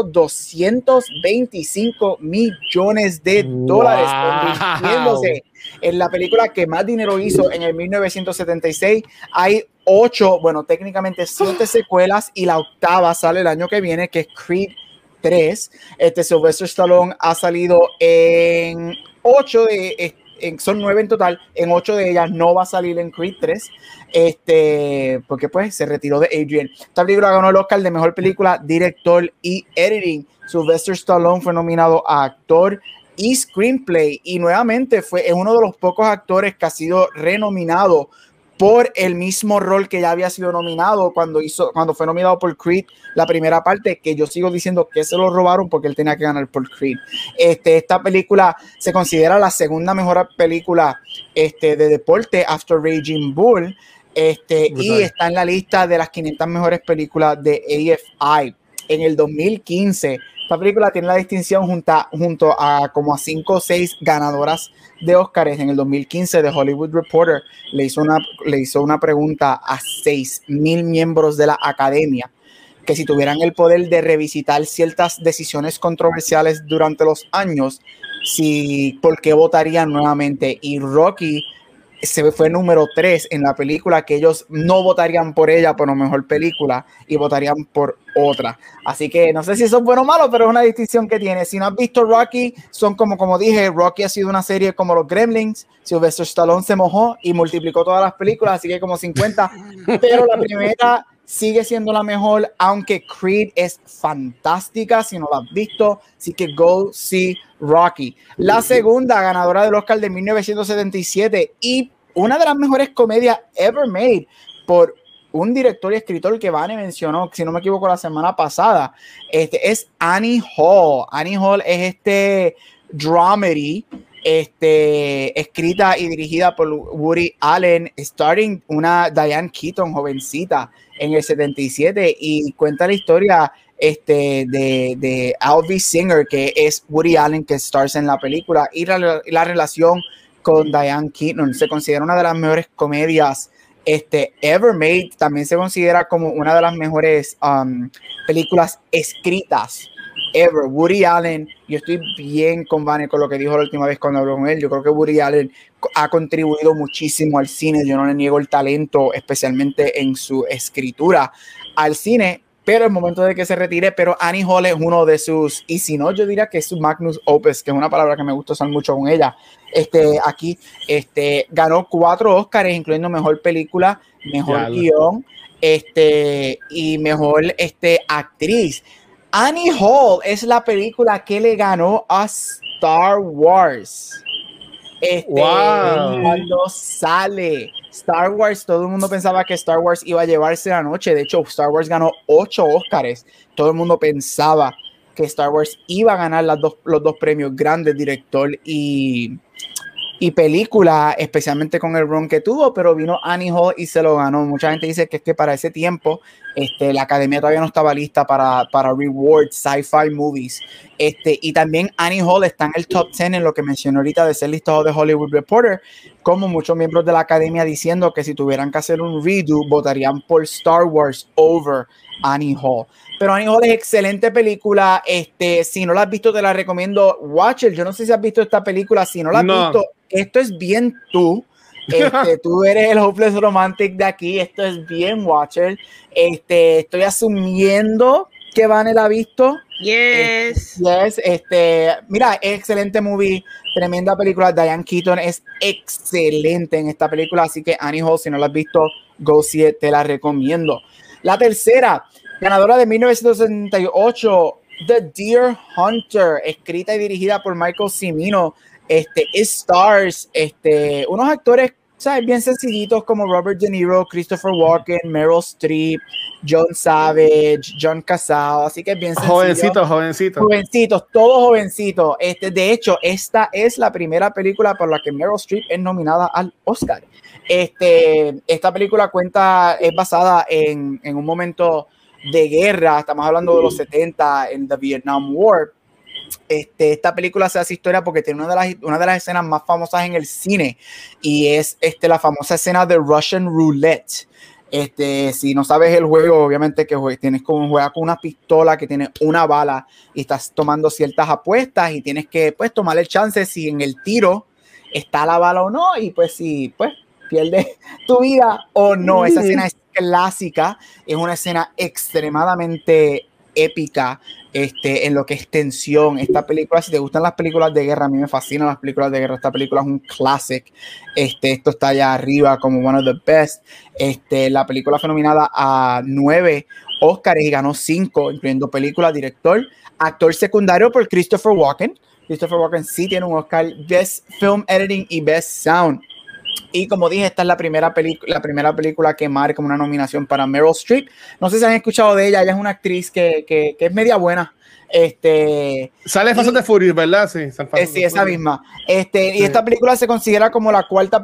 $225 millones, convirtiéndose en la película que más dinero hizo en el 1976. Hay 8, bueno, técnicamente 7 secuelas y la octava sale el año que viene, que es Creed 3. Sylvester Stallone ha salido en 8 son 9 en total, en 8 de ellas no va a salir en Creed 3, porque pues se retiró de Adrian. Esta película ganó el Oscar de mejor película, director y editing. Sylvester Stallone fue nominado a actor y screenplay, y nuevamente es uno de los pocos actores que ha sido renominado por el mismo rol que ya había sido nominado cuando fue nominado por Creed, la primera parte, que yo sigo diciendo que se lo robaron porque él tenía que ganar por Creed. Esta película se considera la segunda mejor película de deporte after Raging Bull, y está en la lista de las 500 mejores películas de AFI. En el 2015, esta película tiene la distinción junto a como a 5 o 6 ganadoras de Óscares. En el 2015, The Hollywood Reporter le hizo una pregunta a 6,000 miembros de la academia, que si tuvieran el poder de revisitar ciertas decisiones controversiales durante los años, ¿por qué votarían nuevamente? Y Rocky se fue número 3 en la película, que ellos no votarían por ella por la mejor película y votarían por otra. Así que no sé si eso es bueno o malo, pero es una distinción que tiene. Si no has visto Rocky, son como dije, Rocky ha sido una serie como los Gremlins. Sylvester Stallone se mojó y multiplicó todas las películas, así que como 50, pero la primera sigue siendo la mejor, aunque Creed es fantástica. Si no la has visto, así que go see Rocky. La segunda ganadora del Oscar de 1977 y una de las mejores comedias ever made por un director y escritor que Vane mencionó, si no me equivoco, la semana pasada, es Annie Hall. Annie Hall es dramedy, escrita y dirigida por Woody Allen, starring una Diane Keaton jovencita en el 77, y cuenta la historia de Alvy Singer, que es Woody Allen, que stars en la película, y la relación con Diane Keaton. Se considera una de las mejores comedias ever made. También se considera como una de las mejores películas escritas ever. Woody Allen, yo estoy bien con Vane con lo que dijo la última vez cuando habló con él. Yo creo que Woody Allen ha contribuido muchísimo al cine. Yo no le niego el talento, especialmente en su escritura al cine, pero el momento de que se retire. Pero Annie Hall es uno de sus, y si no, yo diría que es su magnus opus, que es una palabra que me gusta usar mucho con ella. Aquí ganó 4 Óscares, incluyendo mejor película, mejor guión, y mejor actriz. Annie Hall es la película que le ganó a Star Wars. Cuando sale Star Wars, todo el mundo pensaba que Star Wars iba a llevarse la noche. De hecho, Star Wars ganó 8 Óscares. Todo el mundo pensaba que Star Wars iba a ganar los dos premios grandes, director y y película, especialmente con el run que tuvo, pero vino Annie Hall y se lo ganó. Mucha gente dice que es que para ese tiempo la academia todavía no estaba lista para reward sci-fi movies. Y también Annie Hall está en el top 10 en lo que mencionó ahorita de ser listado de Hollywood Reporter, como muchos miembros de la academia diciendo que si tuvieran que hacer un redo, votarían por Star Wars over Annie Hall. Pero Annie Hall es excelente película. Si no la has visto, te la recomiendo. Watcher, yo no sé si has visto esta película. Si no la has visto, esto es bien tú. Tú eres el hopeless romantic de aquí. Esto es bien Watcher. Estoy asumiendo que Vane la ha visto. Yes. Mira, es excelente movie. Tremenda película. Diane Keaton es excelente en esta película. Así que Annie Hall, si no la has visto, go see it, te la recomiendo. La tercera, ganadora de 1978, The Deer Hunter, escrita y dirigida por Michael Cimino. It stars unos actores, ¿sabes?, bien sencillitos como Robert De Niro, Christopher Walken, Meryl Streep, John Savage, John Casal, así que es bien sencillo. Jovencitos, todos jovencitos. De hecho, esta es la primera película por la que Meryl Streep es nominada al Oscar. Esta película es basada en un momento de guerra, estamos hablando de los 70, en the Vietnam War. Esta película se hace historia porque tiene una de las escenas más famosas en el cine, y es la famosa escena de Russian Roulette. Si no sabes el juego, obviamente que juegas con una pistola que tiene una bala y estás tomando ciertas apuestas y tienes que, pues, tomar el chance si en el tiro está la bala o no, y pues si pierdes tu vida o no. Esa escena es clásica, es una escena extremadamente épica en lo que es tensión. Esta película, si te gustan las películas de guerra, a mí me fascinan las películas de guerra. Esta película es un classic. Esto está allá arriba como one of the best. La película fue nominada a 9 Oscars y ganó 5, incluyendo película, director, actor secundario por Christopher Walken. Christopher Walken sí tiene un Oscar, Best Film Editing y Best Sound. Y como dije, esta es la primera película que marca una nominación para Meryl Streep. No sé si han escuchado de ella. Ella es una actriz que es media buena. Sale Fast and the Furious, ¿verdad? Sí, sí, esa misma. Y esta película se considera como la cuarta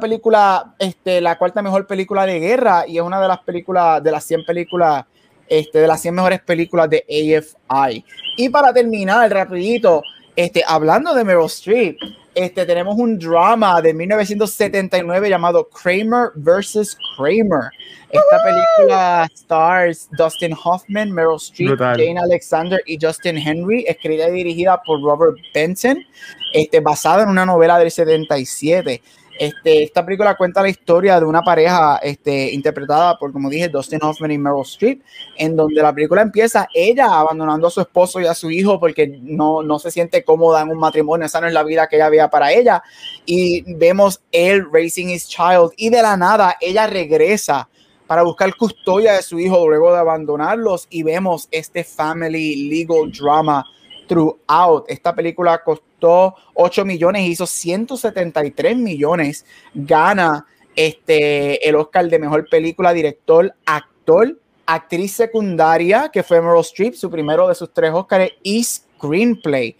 mejor película de guerra, y es una de las películas, de las 100 películas, de las 100 mejores películas de AFI. Y para terminar, rapidito, hablando de Meryl Streep, tenemos un drama de 1979 llamado Kramer vs. Kramer. Esta película stars Dustin Hoffman, Meryl Streep, Jane Alexander y Justin Henry, escrita y dirigida por Robert Benson, basada en una novela del 77. Esta película cuenta la historia de una pareja interpretada por, como dije, Dustin Hoffman y Meryl Streep, en donde la película empieza ella abandonando a su esposo y a su hijo porque no se siente cómoda en un matrimonio. Esa no es la vida que ella veía para ella, y vemos él raising his child, y de la nada ella regresa para buscar custodia de su hijo luego de abandonarlos, y vemos family legal drama throughout. Esta película costó 8 millones, hizo 173 millones, gana el Oscar de mejor película, director, actor, actriz secundaria, que fue Meryl Streep, su primero de sus 3 Oscars, y screenplay.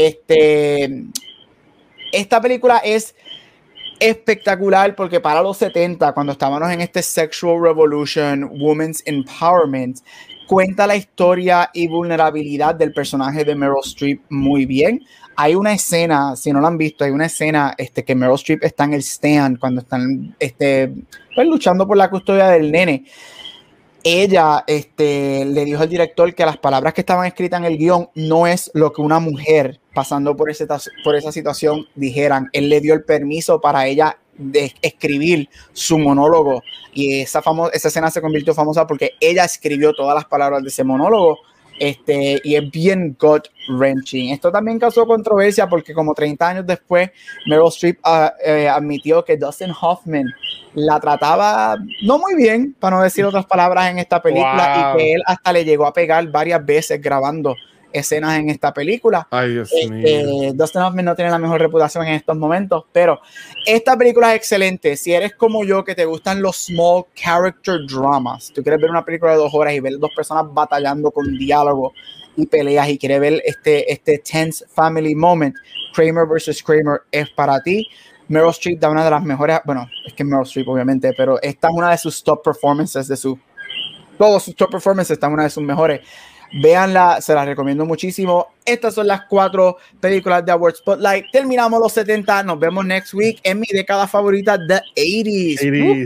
Esta película es espectacular porque para los 70, cuando estábamos en sexual revolution, women's empowerment, cuenta la historia y vulnerabilidad del personaje de Meryl Streep muy bien. Hay una escena, si no la han visto, hay una escena que Meryl Streep está en el stand cuando están pues, luchando por la custodia del nene. Ella le dijo al director que las palabras que estaban escritas en el guión no es lo que una mujer pasando por esa situación dijeran. Él le dio el permiso para ella de escribir su monólogo, y esa escena se convirtió famosa porque ella escribió todas las palabras de ese monólogo. Y es bien gut-wrenching. Esto también causó controversia porque como 30 años después Meryl Streep admitió que Dustin Hoffman la trataba no muy bien, para no decir otras palabras, en esta película, y que él hasta le llegó a pegar varias veces grabando escenas en esta película. Ay, Dios mío. Dustin Hoffman no tiene la mejor reputación en estos momentos, pero esta película es excelente. Si eres como yo, que te gustan los small character dramas, tú quieres ver una película de 2 horas y ver 2 personas batallando con diálogo y peleas, y quieres ver este tense family moment, Kramer vs. Kramer es para ti. Meryl Streep da una de las mejores, bueno, es que Meryl Streep obviamente, pero esta es una de sus top performances todos sus top performances están una de sus mejores. Véanla, se las recomiendo muchísimo. Estas son las 4 películas de Award Spotlight. Terminamos los 70, nos vemos next week en mi década favorita, The 80s.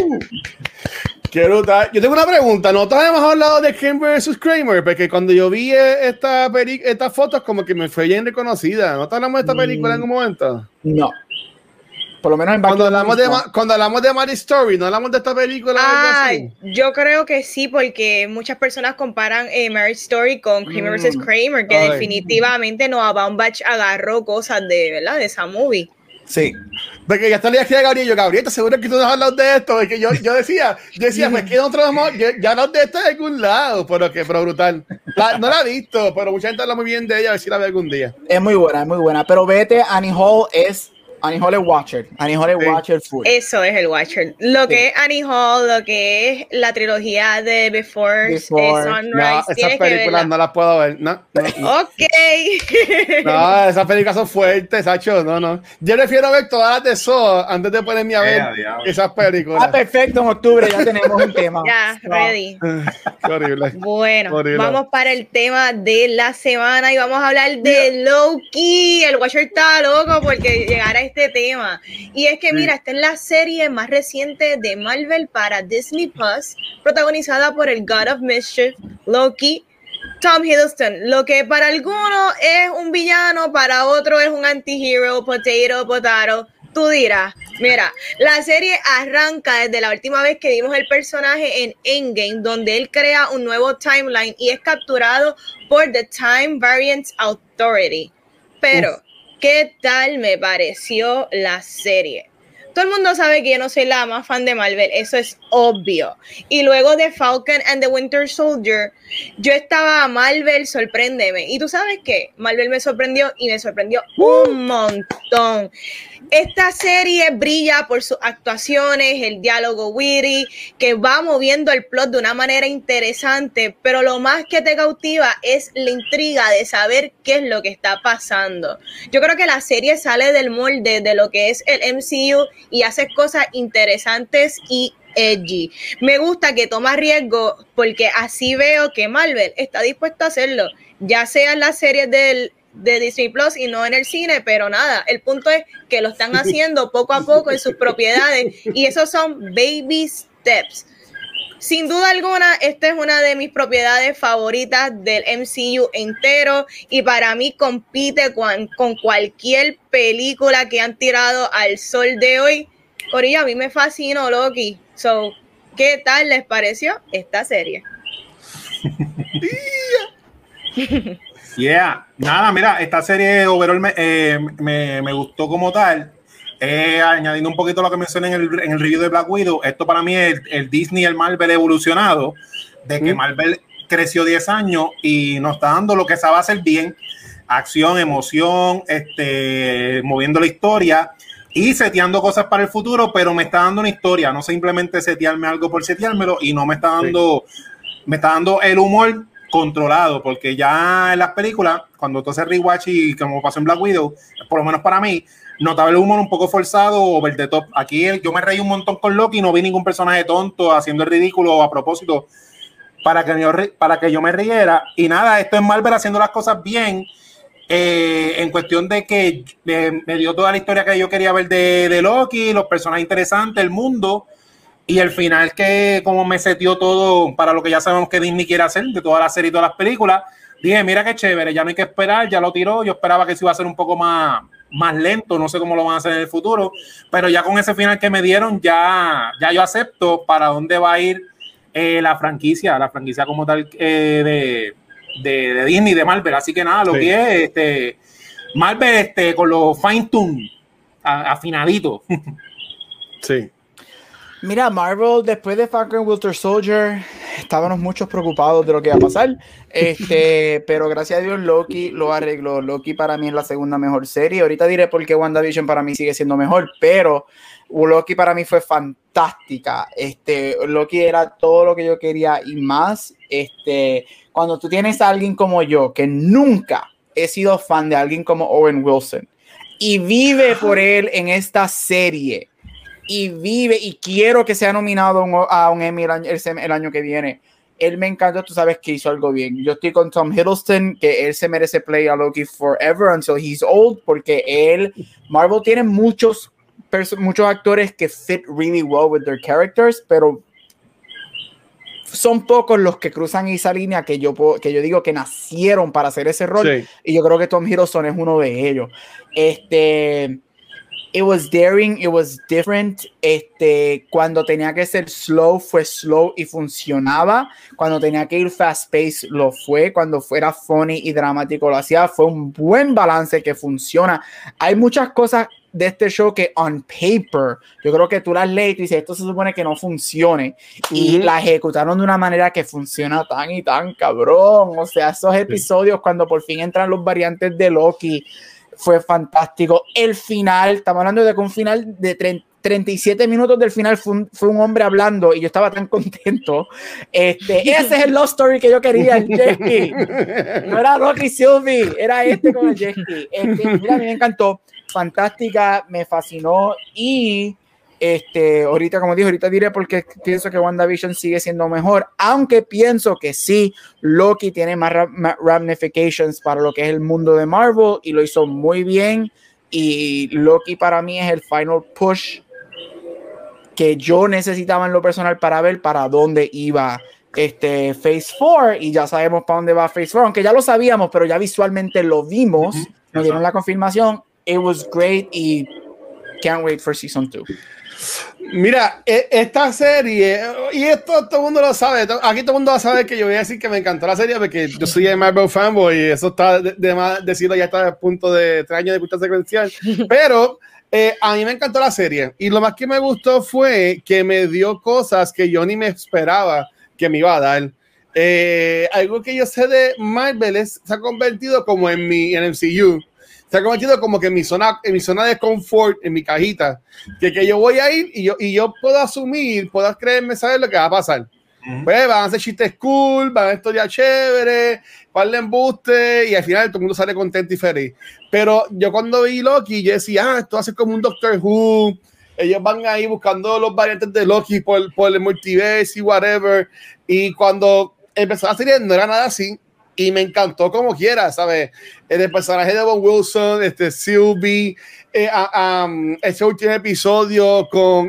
Qué brutal. Yo tengo una pregunta. Nosotros hemos hablado de Kramer versus Kramer, porque cuando yo vi estas fotos, como que me fue bien reconocida. ¿No te hablamos de esta película en un momento? No. Por lo menos en cuando hablamos de Marriage Story, ¿no hablamos de esta película? Yo creo que sí, porque muchas personas comparan Marriage Story con Kramer vs. Kramer, que definitivamente Noah Baumbach agarró cosas de esa movie. Sí. Porque ya está la idea de Gabriel. Gabriel, ¿estás seguro que tú no has hablado de esto? Porque yo decía, pues que nosotros ya hablamos de esto de algún lado, pero brutal. No la he visto, pero mucha gente habla muy bien de ella, a ver si la ve algún día. Es muy buena. Pero vete, Annie Hall es Watcher. Annie Hall es Watcher full. Eso es el Watcher. Lo que es Annie Hall, lo que es la trilogía de Before Sunrise. No, esas películas no las puedo ver. No. Ok. No, esas películas son fuertes, Sacho. No. Yo prefiero ver todas las de Saw antes de ponerme a ver esas películas. Perfecto. En octubre ya tenemos un tema. Ya, ready. Qué horrible. Bueno, vamos para el tema de la semana y vamos a hablar de Loki. El Watcher está loco porque llegará este tema. Y es que mira, esta es la serie más reciente de Marvel para Disney Plus, protagonizada por el God of Mischief, Loki, Tom Hiddleston. Lo que para algunos es un villano, para otros es un antihero, potato. Tú dirás, mira, la serie arranca desde la última vez que vimos el personaje en Endgame, donde él crea un nuevo timeline y es capturado por The Time Variance Authority. Pero ¿qué tal me pareció la serie? Todo el mundo sabe que yo no soy la más fan de Marvel, eso es obvio. Y luego de Falcon and the Winter Soldier, yo estaba, Marvel, sorpréndeme. Y tú sabes qué, Marvel me sorprendió y me sorprendió un montón. Esta serie brilla por sus actuaciones, el diálogo witty, que va moviendo el plot de una manera interesante, pero lo más que te cautiva es la intriga de saber qué es lo que está pasando. Yo creo que la serie sale del molde de lo que es el MCU y hace cosas interesantes y edgy. Me gusta que toma riesgo porque así veo que Marvel está dispuesto a hacerlo, ya sea en las series de Disney Plus y no en el cine, pero nada, el punto es que lo están haciendo poco a poco en sus propiedades y esos son baby steps. Sin duda alguna, esta es una de mis propiedades favoritas del MCU entero y para mí compite con cualquier película que han tirado al sol de hoy. Corillo, a mí me fascinó Loki. So, ¿qué tal les pareció esta serie? Nada, mira, esta serie overall me gustó como tal. Añadiendo un poquito lo que mencioné en el review de Black Widow, esto para mí es el Disney, el Marvel evolucionado, de que Marvel creció 10 años y nos está dando lo que sabe hacer bien: acción, emoción, moviendo la historia y seteando cosas para el futuro, pero me está dando una historia, no simplemente setearme algo por seteármelo, y no me está dando, me está dando el humor controlado, porque ya en las películas, cuando tú haces rewatch y como pasó en Black Widow, por lo menos para mí, notaba el humor un poco forzado o over the top. Aquí yo me reí un montón con Loki, no vi ningún personaje tonto haciendo el ridículo a propósito para que yo me riera. Y nada, esto es Marvel haciendo las cosas bien, en cuestión de que me dio toda la historia que yo quería ver de Loki, los personajes interesantes, el mundo, y el final que como me setió todo para lo que ya sabemos que Disney quiere hacer de toda la serie y todas las películas. Dije, mira qué chévere, ya no hay que esperar, ya lo tiró. Yo esperaba que se iba a ser un poco más lento, no sé cómo lo van a hacer en el futuro, pero ya con ese final que me dieron, ya yo acepto para dónde va a ir la franquicia como tal de Disney, de Marvel. Así que nada, lo que es Marvel con los fine tune afinaditos. Sí. Mira, Marvel, después de Falcon and Winter Soldier, estábamos muchos preocupados de lo que iba a pasar. Pero gracias a Dios Loki lo arregló. Loki para mí es la segunda mejor serie. Ahorita diré por qué WandaVision para mí sigue siendo mejor, pero Loki para mí fue fantástica. Loki era todo lo que yo quería y más. Cuando tú tienes a alguien como yo, que nunca he sido fan de alguien como Owen Wilson, y vive por él en esta serie. Y quiero que sea nominado a un Emmy el año que viene. Él me encanta, tú sabes que hizo algo bien. Yo estoy con Tom Hiddleston, que él se merece play a Loki forever until he's old, porque Marvel tiene muchos actores que fit really well with their characters, pero son pocos los que cruzan esa línea que yo digo que nacieron para hacer ese rol. Sí. Y yo creo que Tom Hiddleston es uno de ellos. It was daring, it was different. Cuando tenía que ser slow, fue slow y funcionaba. Cuando tenía que ir fast pace, lo fue. Cuando fuera funny y dramático, lo hacía. Fue un buen balance que funciona. Hay muchas cosas de este show que on paper, yo creo que tú las lees y dices, esto se supone que no funcione. Y la ejecutaron de una manera que funciona tan y tan cabrón. O sea, esos episodios cuando por fin entran los variantes de Loki, fue fantástico. El final, estamos hablando de que un final de 37 minutos del final fue un hombre hablando y yo estaba tan contento. Ese es el love story que yo quería, el jet ski. No era Rocky Sylvie, era con el jet ski. Mira, a mí me encantó. Fantástica, me fascinó y ahorita diré porque pienso que WandaVision sigue siendo mejor, aunque pienso que sí, Loki tiene más ramifications para lo que es el mundo de Marvel y lo hizo muy bien, y Loki para mí es el final push que yo necesitaba en lo personal para ver para dónde iba Phase 4, y ya sabemos para dónde va Phase 4, aunque ya lo sabíamos, pero ya visualmente lo vimos, nos dieron la confirmación. It was great y can't wait for season 2. Mira, esta serie, y esto todo el mundo lo sabe, aquí todo el mundo va a saber que yo voy a decir que me encantó la serie porque yo soy de Marvel fanboy y eso está de más decirlo, ya está a punto de 3 años de puta secuencial, pero a mí me encantó la serie y lo más que me gustó fue que me dio cosas que yo ni me esperaba que me iba a dar. Algo que yo sé de Marvel se ha convertido como en el MCU. Se ha convertido como que en mi zona de confort, en mi cajita, que yo voy a ir y yo puedo asumir, puedo creerme saber lo que va a pasar. Pues van a hacer chistes cool, van a hacer historias chéveres, par de embuste y al final todo el mundo sale contento y feliz. Pero yo cuando vi Loki, yo decía, esto va a ser como un Doctor Who, ellos van ahí buscando los variantes de Loki por el multiverse y whatever, y cuando empezó la serie no era nada así. Y me encantó como quiera, ¿sabes? El personaje de Owen Wilson, Sylvie, ese último episodio con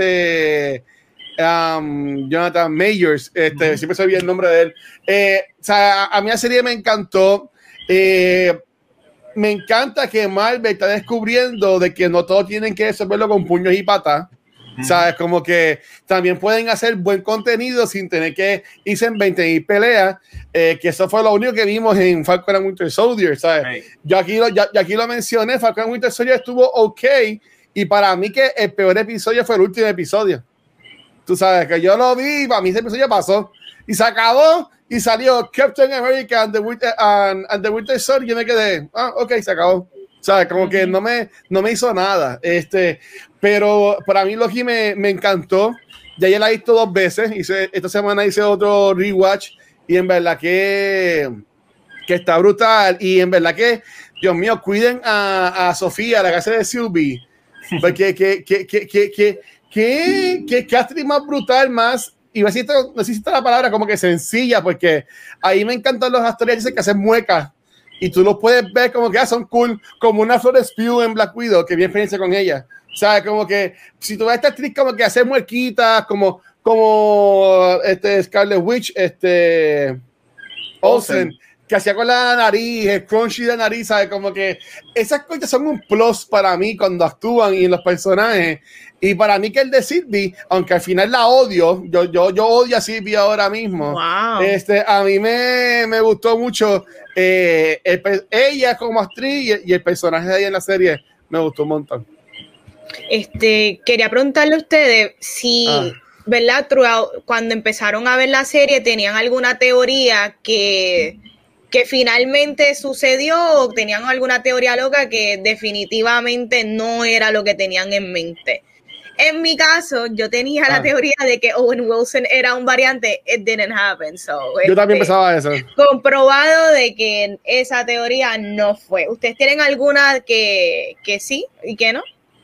Jonathan Majors, siempre se olvida el nombre de él. O sea, a mí la serie me encantó. Me encanta que Marvel está descubriendo de que no todos tienen que resolverlo con puños y patas. ¿Sabes? Como que también pueden hacer buen contenido sin tener que irse en 20.000 peleas, que eso fue lo único que vimos en Falcon and Winter Soldier, ¿sabes? Hey. Yo aquí lo mencioné, Falcon and Winter Soldier estuvo ok, y para mí que el peor episodio fue el último episodio. Tú sabes, que yo lo vi y para mí ese episodio pasó, y se acabó, y salió Captain America and the Winter Soldier, y yo me quedé, ok, se acabó. ¿Sabes? Como que no me hizo nada. Pero para mí Loki me encantó. Ya la he visto 2 veces. Esta semana hice otro rewatch y en verdad que está brutal. Y en verdad que, Dios mío, cuiden a Sofía, la casa de Sylvie. Porque que actriz más brutal, más, y no sé si está la palabra como que sencilla, porque ahí me encantan los actores que hacen muecas. Y tú los puedes ver como que son cool, como una Florence Pugh en Black Widow, que bien experiencia con ella. O sea, como que si tú ves a esta actriz como que hace muerquitas, como Scarlet Witch, Olsen, que hacía con la nariz, el crunchy de la nariz, ¿sabes? Como que esas cosas son un plus para mí cuando actúan y en los personajes. Y para mí que el de Sylvie, aunque al final la odio, yo odio a Sylvie ahora mismo. Wow. A mí me gustó mucho ella como actriz y el personaje de ella en la serie me gustó un montón. Quería preguntarle a ustedes si, ¿verdad? Cuando empezaron a ver la serie, ¿tenían alguna teoría que finalmente sucedió o tenían alguna teoría loca que definitivamente no era lo que tenían en mente? En mi caso, yo tenía la teoría de que Owen Wilson era un variante. It didn't happen. So, yo también pensaba eso. Comprobado de que esa teoría no fue. ¿Ustedes tienen alguna que sí y que no?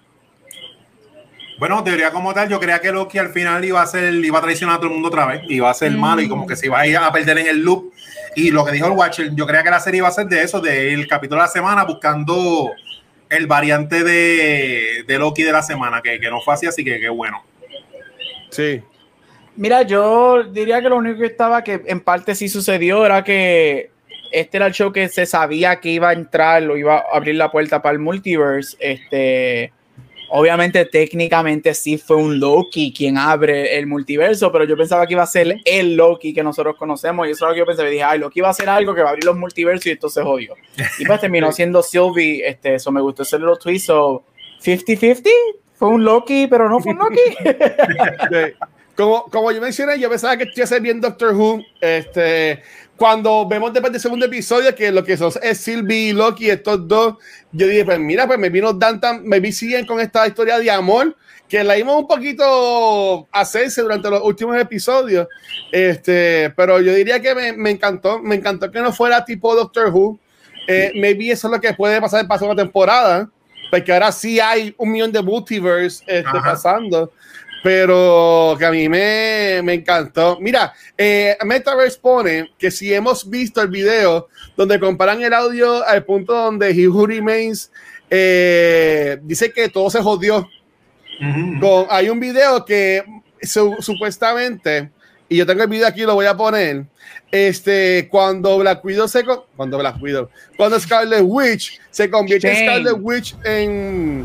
Bueno, teoría como tal, yo creía que Loki al final iba a traicionar a todo el mundo otra vez, iba a ser malo y como que se iba a ir a perder en el loop. Y lo que dijo el Watcher, yo creía que la serie iba a ser de eso, del capítulo de la semana, buscando el variante de Loki de la semana, que no fue así que bueno. Sí. Mira, yo diría que lo único que estaba, que en parte sí sucedió, era que este era el show que se sabía que iba a entrar o iba a abrir la puerta para el multiverse. Obviamente, técnicamente sí fue un Loki quien abre el multiverso, pero yo pensaba que iba a ser el Loki que nosotros conocemos, y eso es lo que yo pensé. Dije, ay, Loki va a hacer algo que va a abrir los multiversos, y esto se jodió. Y pues terminó siendo Sylvie. Eso me gustó ese little twist. So, 50-50, fue un Loki, pero no fue un Loki. Sí. Como yo mencioné, yo pensaba que estoy bien Doctor Who. Cuando vemos después del segundo episodio que lo que son es Sylvie y Loki, estos dos, yo dije, pues mira, pues me siguen con esta historia de amor que la vimos un poquito hacerse durante los últimos episodios, pero yo diría que me encantó que no fuera tipo Doctor Who. Maybe eso es lo que puede pasar en la próxima temporada, porque ahora sí hay 1 millón de multiverse pasando. Pero que a mí me encantó. Mira, Metaverse pone que si hemos visto el video donde comparan el audio al punto donde He Who Remains dice que todo se jodió. Hay un video que supuestamente, y yo tengo el video aquí, lo voy a poner, cuando Scarlet Witch se convierte en Scarlet Witch en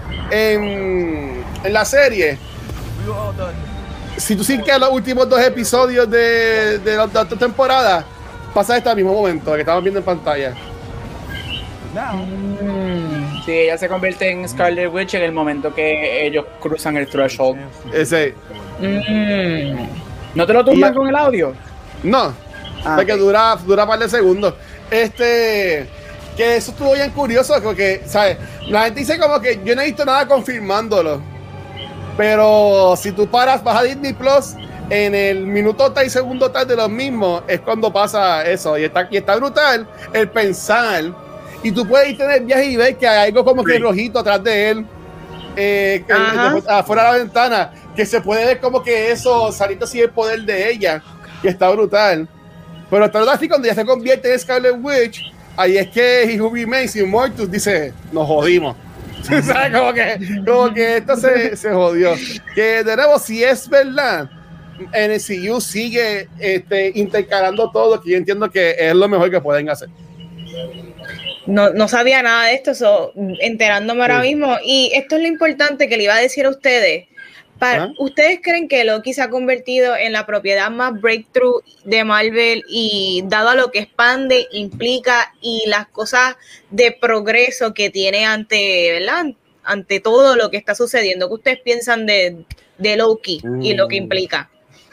la serie. Si tú sigues los últimos 2 episodios de la temporada, pasa este mismo momento que estamos viendo en pantalla. Sí, ella se convierte en Scarlet Witch en el momento que ellos cruzan el threshold. Ese. ¿No te lo tumban con el audio? No, porque dura un par de segundos. Que eso estuvo bien curioso, porque, ¿sabes? La gente dice como que yo no he visto nada confirmándolo. Pero si tú vas a Disney Plus, en el minuto tal y segundo tal de los mismos, es cuando pasa eso. Y está brutal el pensar. Y tú puedes irte en el viaje y ver que hay algo como que rojito atrás de él, afuera de la ventana, que se puede ver como que eso, salito así el poder de ella. Y está brutal. Pero está brutal así cuando ya se convierte en Scarlet Witch, ahí es que He Who Remains y Mortus dice, nos jodimos. ¿Sabes? Como que esto se jodió. Que de nuevo, si es verdad, NCU sigue intercalando todo, que yo entiendo que es lo mejor que pueden hacer. No sabía nada de esto, enterándome ahora mismo. Y esto es lo importante que le iba a decir a ustedes. ¿Ustedes creen que Loki se ha convertido en la propiedad más breakthrough de Marvel, y dado a lo que expande, implica y las cosas de progreso que tiene ante todo lo que está sucediendo? ¿Qué ustedes piensan de Loki y lo que implica?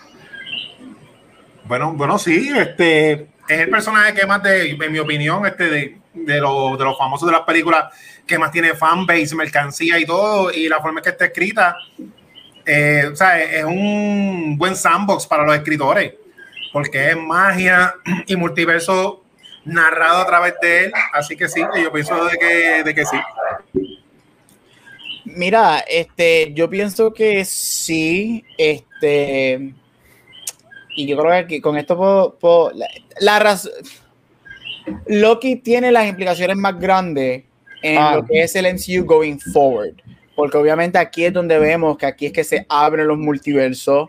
Bueno, sí, es el personaje que más, en mi opinión, de los famosos de las películas, que más tiene fanbase, mercancía y todo, y la forma en que está escrita. O sea, es un buen sandbox para los escritores, porque es magia y multiverso narrado a través de él, así que sí, yo pienso de que sí. Mira, yo pienso que sí, y yo creo que con esto la razón, Loki tiene las implicaciones más grandes en lo que es el MCU going forward. Porque obviamente aquí es donde vemos que aquí es que se abren los multiversos.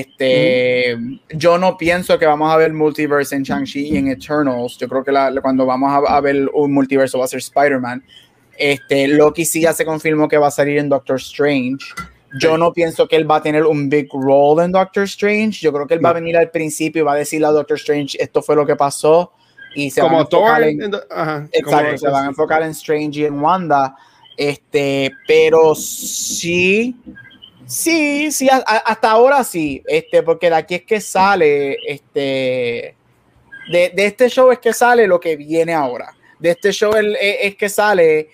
Yo no pienso que vamos a ver multiverse en Shang-Chi y en Eternals. Yo creo que cuando vamos a ver un multiverso va a ser Spider-Man. Loki sí ya se confirmó que va a salir en Doctor Strange. Yo no pienso que él va a tener un big role en Doctor Strange. Yo creo que él va a venir al principio y va a decirle a Doctor Strange, esto fue lo que pasó. Y se van a enfocar se van a enfocar en Strange y en Wanda. Pero sí, hasta ahora sí, porque de aquí es que sale, de este show es que sale lo que viene ahora. De este show es que sale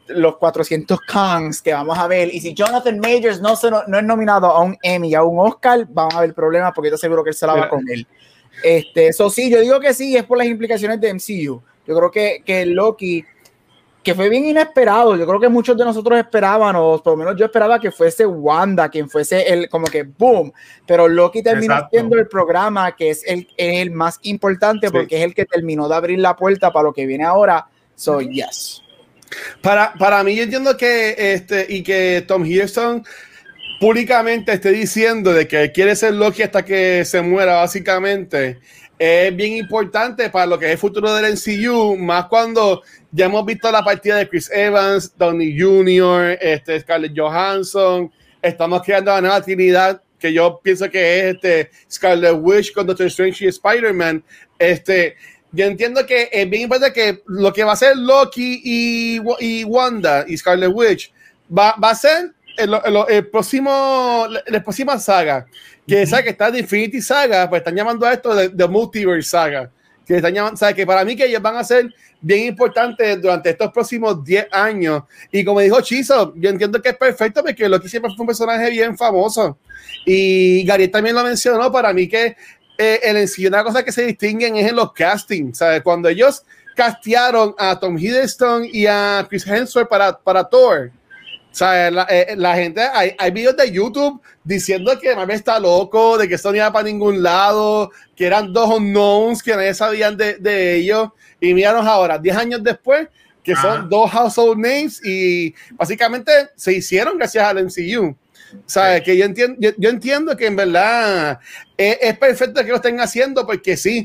los 400 Kangs que vamos a ver, y si Jonathan Majors no es nominado a un Emmy, a un Oscar, vamos a ver problemas porque yo seguro que él se la va a comer. Eso sí, yo digo que sí, es por las implicaciones de MCU. Yo creo que Loki, que fue bien inesperado, yo creo que muchos de nosotros esperaban, o por lo menos yo esperaba que fuese Wanda, quien fuese el, como que boom, pero Loki terminó siendo el programa que es el más importante, porque es el que terminó de abrir la puerta para lo que viene ahora. So, yes. Para mí, yo entiendo que y que Tom Hiddleston públicamente esté diciendo de que quiere ser Loki hasta que se muera, básicamente, es bien importante para lo que es el futuro del MCU, más cuando ya hemos visto la partida de Chris Evans, Downey Jr., Scarlett Johansson, estamos creando la nueva Trinidad, que yo pienso que es Scarlet Witch con Doctor Strange y Spider-Man. Yo entiendo que es bien importante que lo que va a ser Loki y Wanda y Scarlet Witch va a ser la próxima saga, que esa que está de Infinity Saga, pues están llamando a esto de Multiverse Saga, que están llamando, ¿sabes? Que para mí que ellos van a ser bien importantes durante estos próximos 10 años, y como dijo Chizo, yo entiendo que es perfecto porque Loki siempre fue un personaje bien famoso, y Gary también lo mencionó, para mí que una cosa que se distinguen es en los castings, ¿sabes? Cuando ellos castearon a Tom Hiddleston y a Chris Hemsworth para Thor, o sea, la gente, hay videos de YouTube diciendo que Marvel está loco, de que esto no iba para ningún lado, que eran dos unknowns que nadie sabían de ellos, y míranos ahora, 10 años después, que son dos household names, y básicamente se hicieron gracias al MCU. O sea, que yo entiendo que en verdad es perfecto que lo estén haciendo, porque sí,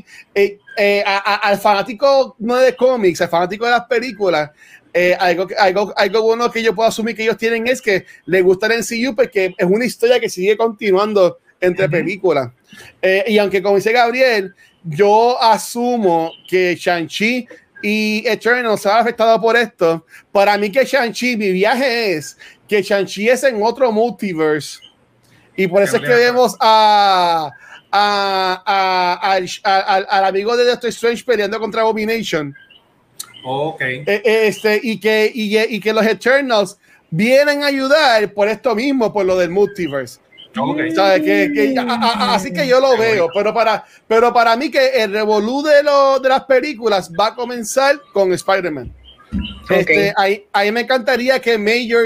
al fanático no de cómics, al fanático de las películas, algo bueno que yo puedo asumir que ellos tienen es que les gusta el MCU porque es una historia que sigue continuando entre películas. Y aunque, como dice Gabriel, yo asumo que Shang-Chi y Eternal se han afectado por esto. Para mí que Shang-Chi, mi viaje es que Shang-Chi es en otro multiverse, y por eso es que vemos al amigo de Doctor Strange peleando contra Abomination. Okay. Y que los Eternals vienen a ayudar por esto mismo, por lo del multiverse. Okay. ¿Sabes? Así que yo lo veo, pero para mí que el revolú de las películas va a comenzar con Spider-Man. Okay. Ahí me encantaría que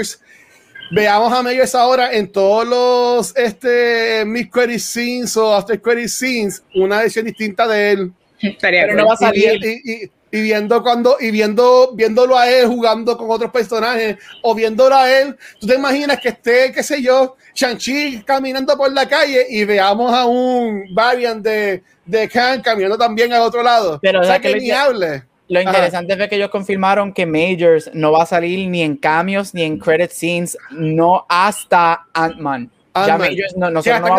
veamos a Majors ahora en todos los mid-credit scenes o after-credit scenes, una versión distinta de él. Pero no va a salir. Y viéndolo a él jugando con otros personajes, o viéndolo a él, tú te imaginas que esté, qué sé yo, Shang-Chi caminando por la calle y veamos a un variant de Kang caminando también al otro lado. Pero o sea, que ni hable. Lo interesante fue que ellos confirmaron que Majors no va a salir ni en cameos ni en credit scenes, no hasta Ant-Man. Ya Majors la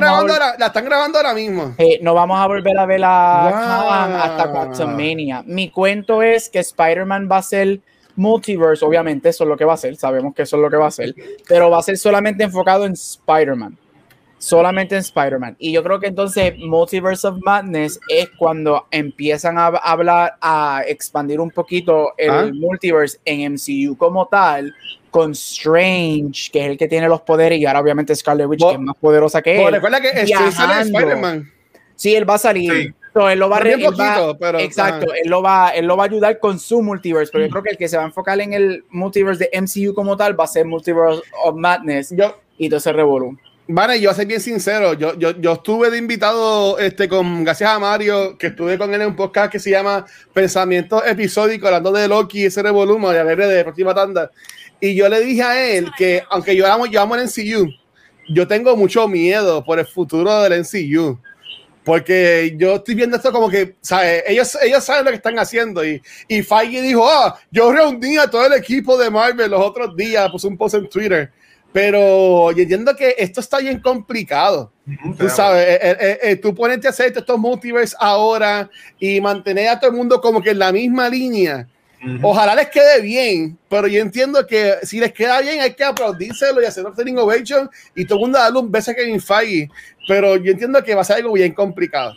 están grabando ahora mismo. No vamos a volver a ver a Kang hasta Quantumania. Mi cuento es que Spider-Man va a ser multiverse, obviamente eso es lo que va a ser, sabemos que eso es lo que va a ser, pero va a ser solamente enfocado en Spider-Man. Solamente en Spider-Man. Y yo creo que entonces Multiverse of Madness es cuando empiezan a hablar, a expandir un poquito el multiverse en MCU como tal, con Strange, que es el que tiene los poderes, y ahora obviamente Scarlet Witch, que es más poderosa que él. Recuerda que Strange sale de Spider-Man. Sí, él va a salir. Sí. So, él lo va a exacto, él lo va a ayudar con su multiverse, pero yo creo que el que se va a enfocar en el multiverse de MCU como tal va a ser Multiverse of Madness y todo ese revolú. Vale, yo voy a ser bien sincero, yo estuve de invitado gracias a Mario, que estuve con él en un podcast que se llama Pensamientos Episódicos, hablando de Loki y ese revolú de alegre de próxima tanda, y yo le dije a él que aunque yo amo el MCU, yo tengo mucho miedo por el futuro del MCU, porque yo estoy viendo esto como que, ¿sabes? Ellos saben lo que están haciendo, y Feige dijo, yo reuní a todo el equipo de Marvel los otros días, puse un post en Twitter. Pero yo entiendo que esto está bien complicado. Tú sabes, tú ponerte a hacer estos multiverse ahora y mantener a todo el mundo como que en la misma línea. Ojalá les quede bien, pero yo entiendo que si les queda bien hay que aplaudírselo y hacer un standing ovation y todo el mundo darle un beso a Kevin Feige. Pero yo entiendo que va a ser algo bien complicado.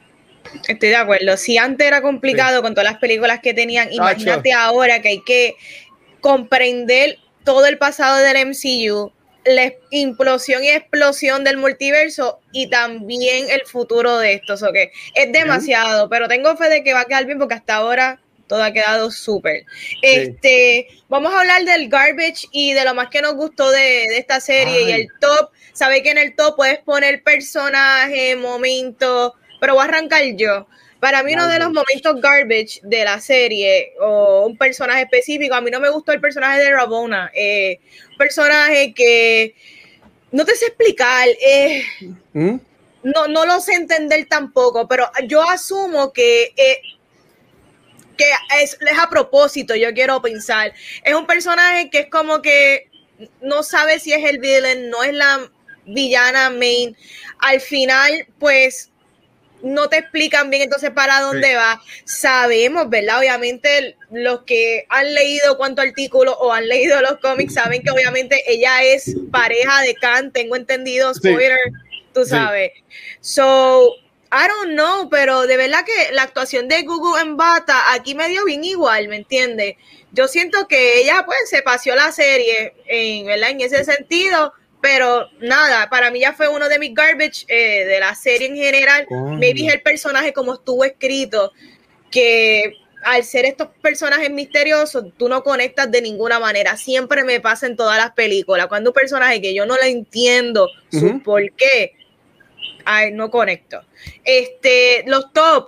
Estoy de acuerdo. Si antes era complicado con todas las películas que tenían, imagínate ahora que hay que comprender todo el pasado del MCU, la implosión y explosión del multiverso y también el futuro de estos. Okay. Es demasiado, pero tengo fe de que va a quedar bien porque hasta ahora todo ha quedado súper. Vamos a hablar del garbage y de lo más que nos gustó de esta serie. Y el top. Sabéis que en el top puedes poner personaje, momento, pero voy a arrancar yo. Para mí uno de los momentos garbage de la serie o un personaje específico, a mí no me gustó el personaje de Ravonna. Un personaje que no te sé explicar, no lo sé entender tampoco, pero yo asumo que es a propósito, yo quiero pensar. Es un personaje que es como que no sabe si es el villain, no es la villana main. Al final, pues no te explican bien entonces para dónde va. Sabemos, ¿verdad? Obviamente los que han leído cuántos artículos o han leído los cómics saben que obviamente ella es pareja de Khan, tengo entendido, spoiler, tú sabes. So, I don't know, pero de verdad que la actuación de Gugu en Bata aquí me dio bien igual, ¿me entiendes? Yo siento que ella pues se paseó la serie, ¿verdad? En ese sentido. Pero nada, para mí ya fue uno de mis garbage de la serie en general. Me dije el personaje como estuvo escrito, que al ser estos personajes misteriosos, tú no conectas de ninguna manera. Siempre me pasa en todas las películas. Cuando un personaje que yo no le entiendo su por qué, no conecto. Los top.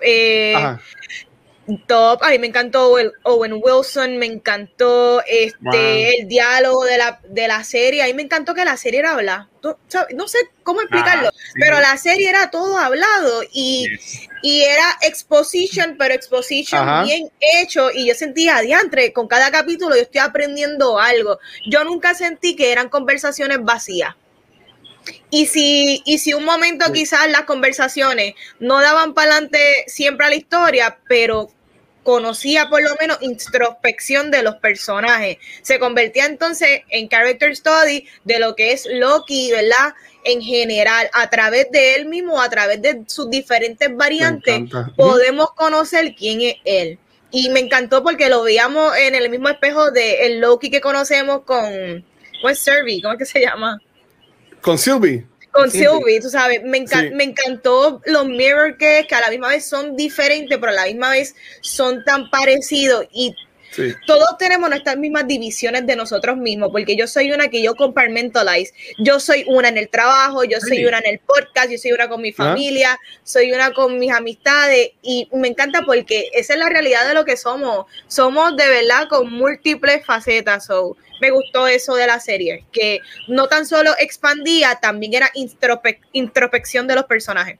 Top, a mí me encantó Owen Wilson, me encantó el diálogo de la serie. A mí me encantó que la serie era hablada. No sé cómo explicarlo, pero la serie era todo hablado y era exposition, pero exposition bien hecho. Y yo sentía, diantre, con cada capítulo yo estoy aprendiendo algo. Yo nunca sentí que eran conversaciones vacías. Y si un momento quizás las conversaciones no daban para adelante siempre a la historia, pero conocía por lo menos introspección de los personajes, se convertía entonces en character study de lo que es Loki, ¿verdad? En general, a través de él mismo, a través de sus diferentes variantes, podemos conocer quién es él. Y me encantó porque lo veíamos en el mismo espejo de el Loki que conocemos con Sylvie, ¿cómo es que se llama? Con Sylvie. Con Sylvie, tú sabes, me encantó los mirror que a la misma vez son diferentes, pero a la misma vez son tan parecidos y todos tenemos nuestras mismas divisiones de nosotros mismos, porque yo soy una que yo compartmentalize, yo soy una en el trabajo, yo soy una en el podcast, yo soy una con mi familia, soy una con mis amistades y me encanta porque esa es la realidad de lo que somos de verdad con múltiples facetas. Me gustó eso de la serie, que no tan solo expandía, también era introspección de los personajes.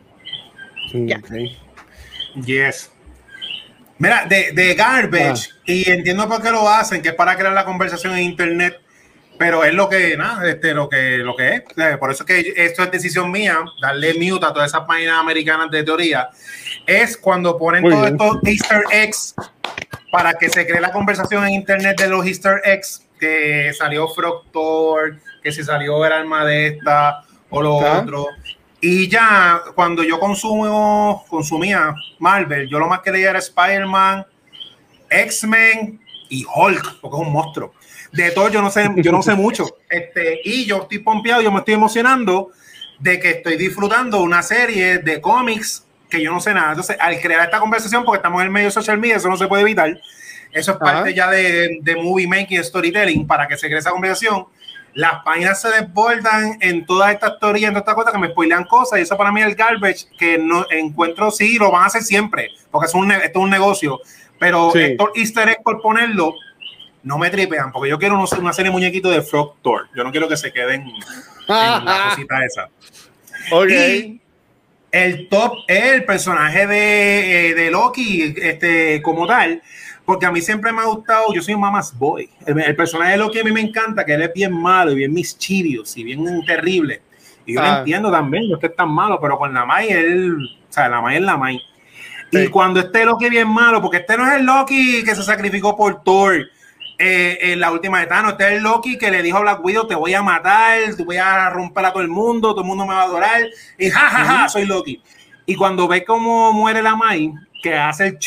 Yes. Mira, de garbage, y entiendo por qué lo hacen, que es para crear la conversación en internet, pero es lo que, lo que es. Por eso es que esto es decisión mía, darle mute a todas esas páginas americanas de teoría, es cuando ponen todos estos Easter eggs para que se cree la conversación en internet de los Easter eggs, que salió Frogtor, que si salió el alma de esta o lo otro. Y ya cuando yo consumía Marvel, yo lo más que leía era Spider-Man, X-Men y Hulk, porque es un monstruo. De todo yo no sé mucho. Y yo estoy pompeado, yo me estoy emocionando de que estoy disfrutando una serie de cómics que yo no sé nada. Entonces, al crear esta conversación, porque estamos en el medio de social media, eso no se puede evitar. Eso es parte ya de movie making, storytelling, para que se cree esa conversación. Las páginas se desbordan en todas estas teorías, en todas estas cosas que me spoilean cosas, y eso para mí es el garbage que no encuentro. Sí, lo van a hacer siempre, porque esto es un negocio, pero estos easter eggs por ponerlo no me tripean, porque yo quiero una serie muñequito de Frogtor. Yo no quiero que se queden en la cosita esa. Y el top es el personaje de Loki, como tal, porque a mí siempre me ha gustado, yo soy un mama's boy. El personaje de Loki a mí me encanta, que él es bien malo y bien mischievous y bien terrible. Y yo lo entiendo también, no es que es tan malo, pero con la Mai, la Mai es la Mai. Y cuando Loki bien malo, porque no es el Loki que se sacrificó por Thor en la última de Thanos, es el Loki que le dijo a Black Widow, te voy a matar, te voy a romper a todo el mundo me va a adorar, y jajaja, soy Loki. Y cuando ve cómo muere la Mai, que hace el Chief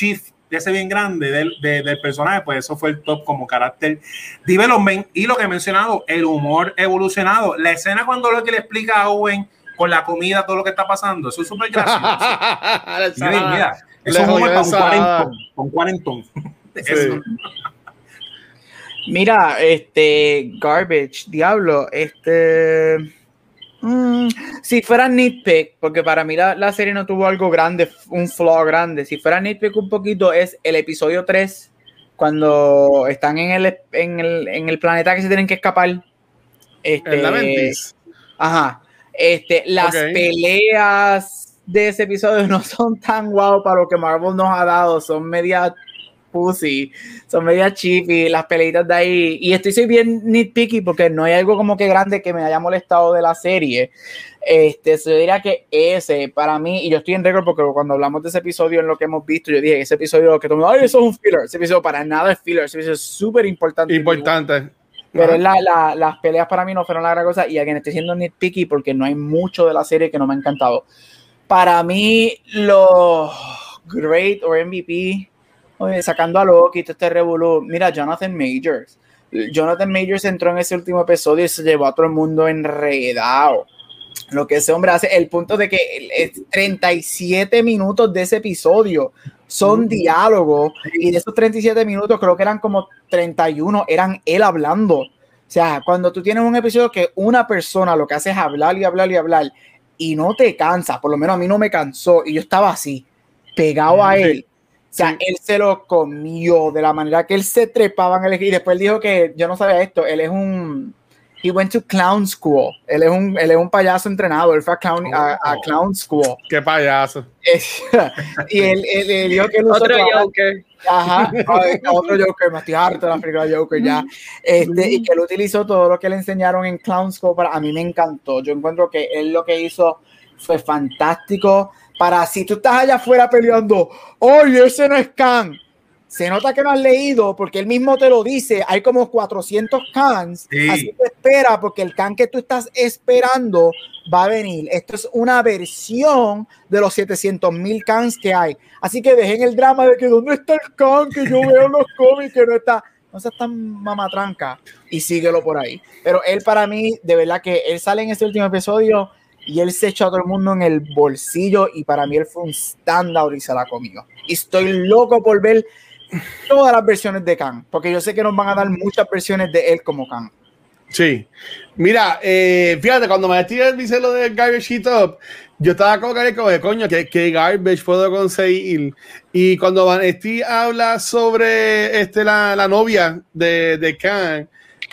ese bien grande del personaje, pues eso fue el top como carácter development. Y lo que he mencionado, el humor evolucionado. La escena cuando lo que le explica a Owen con la comida, todo lo que está pasando, eso es súper gracioso. Mira, eso es un humor para un cuarentón. Sí. Mira, Garbage, Diablo, si fuera nitpick, porque para mí la serie no tuvo algo grande, un flaw grande, si fuera nitpick un poquito es el episodio 3, cuando están en el planeta que se tienen que escapar. En la Ventis. Ajá. Las peleas de ese episodio no son tan guau para lo que Marvel nos ha dado, son media pussy, son media cheapy las peleitas de ahí, y soy bien nitpicky porque no hay algo como que grande que me haya molestado de la serie. Yo diría que ese para mí, y yo estoy en récord porque cuando hablamos de ese episodio en lo que hemos visto, yo dije ese episodio que todo el mundo, ay, eso es un filler, ese episodio para nada es filler, ese episodio es súper importante, pero las peleas para mí no fueron la gran cosa, y alguien estoy siendo nitpicky porque no hay mucho de la serie que no me ha encantado. Para mí los great o MVP, sacando a Loki, todo revolú. Mira, Jonathan Majors entró en ese último episodio y se llevó a todo el mundo enredado. Lo que ese hombre hace, el punto de que 37 minutos de ese episodio son diálogos, y de esos 37 minutos creo que eran como 31 eran él hablando. O sea, cuando tú tienes un episodio que una persona lo que hace es hablar y hablar y hablar y no te cansa, por lo menos a mí no me cansó, y yo estaba así, pegado a él. O sea, él se lo comió de la manera que él se trepaba en el... Y después él dijo que, yo no sabía esto, él es un... He went to clown school. Él es un payaso entrenado. Él fue a clown school. ¡Qué payaso! Y él dijo que él usó... Otro Joker. Ajá, otro Joker. Me estoy harto de la película Joker ya. Y que él utilizó todo lo que le enseñaron en clown school. A mí me encantó. Yo encuentro que él lo que hizo fue fantástico. Para si tú estás allá afuera peleando, oye, ese no es Kang. Se nota que no has leído porque él mismo te lo dice. Hay como 400 Kangs. Sí. Así que espera, porque el Kang que tú estás esperando va a venir. Esto es una versión de los 700,000 Kangs que hay. Así que dejen el drama de que ¿dónde está el Kang que yo veo en los cómics que no está? No seas tan mamatranca y síguelo por ahí. Pero él, para mí, de verdad que él sale en este último episodio y él se echó a todo el mundo en el bolsillo, y para mí él fue un stand-out y se la comió. Y estoy loco por ver todas las versiones de Kang, porque yo sé que nos van a dar muchas versiones de él como Kang. Sí. Mira, fíjate, cuando me dice lo de Garbage Hit Up, yo estaba como de coño, que Garbage puedo conseguir. Y cuando Vanesti habla sobre la novia de Kang,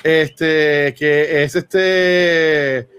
que es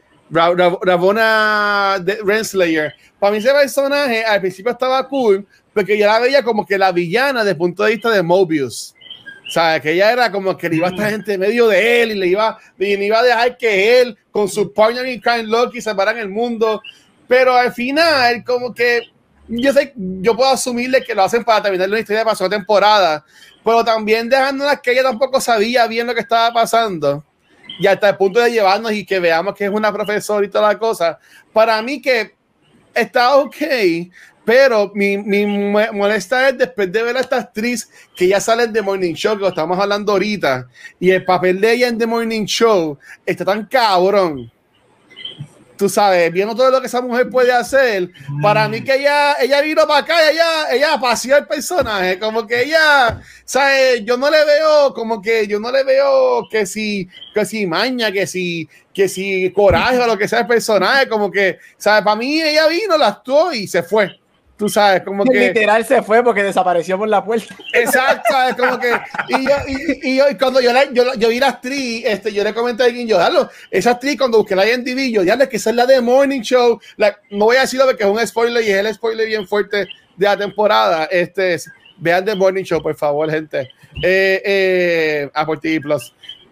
Ravonna Renslayer, para mí ese personaje al principio estaba cool porque yo la veía como que la villana desde el punto de vista de Mobius, o sea, que ella era como que le iba a estar gente en medio de él y le iba a dejar que él con su partner in crime Loki separan el mundo, pero al final como que yo puedo asumirle que lo hacen para terminar la historia de pasada temporada, pero también dejándonos que ella tampoco sabía bien lo que estaba pasando. Y hasta el punto de llevarnos y que veamos que es una profesora y toda la cosa. Para mí que está ok, pero mi molesta es después de ver a esta actriz que ya sale en The Morning Show, que lo estamos hablando ahorita, y el papel de ella en The Morning Show está tan cabrón. Tú sabes, viendo todo lo que esa mujer puede hacer, para mí que ella vino para acá y ella paseó el personaje, como que ella, ¿sabes? Yo no le veo que si maña, que si coraje o lo que sea el personaje, como que, ¿sabes? Para mí ella vino, la actuó y se fue. Tú sabes, como que literal se fue porque desapareció por la puerta. Exacto, ¿sabes? Como que y cuando yo vi la actriz, yo le comenté a alguien, esa actriz cuando busqué la IMDb, yo que esa es la de Morning Show, no voy a decirlo porque es un spoiler y es el spoiler bien fuerte de la temporada. Vean The Morning Show, por favor, gente. Apple TV Plus.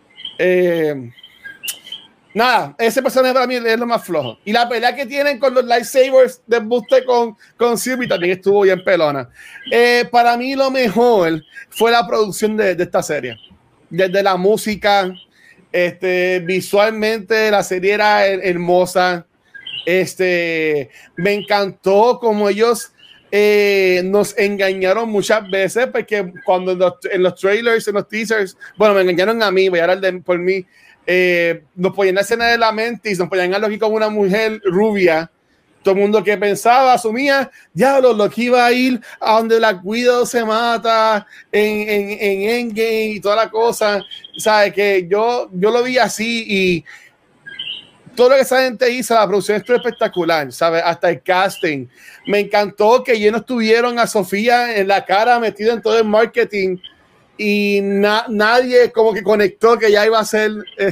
Nada, ese personaje para mí es lo más flojo. Y la pelea que tienen con los lightsabers de Buster con Sylvie también estuvo bien pelona. Para mí lo mejor fue la producción de esta serie. Desde la música, visualmente la serie era hermosa. Me encantó como ellos nos engañaron muchas veces, porque cuando en los trailers, en los teasers, bueno, me engañaron a mí, voy a hablar por mí, nos ponían la escena de la Mantis, nos ponían a Loki como una mujer rubia. Todo el mundo que pensaba, asumía, diablo, Loki iba a ir a donde Black Widow se mata en Endgame y toda la cosa. ¿Sabes? Que yo lo vi así y todo lo que esa gente hizo, la producción estuvo espectacular, ¿sabes? Hasta el casting. Me encantó que ellos no estuvieron a Sofía en la cara metida en todo el marketing y nadie como que conectó que ya iba a ser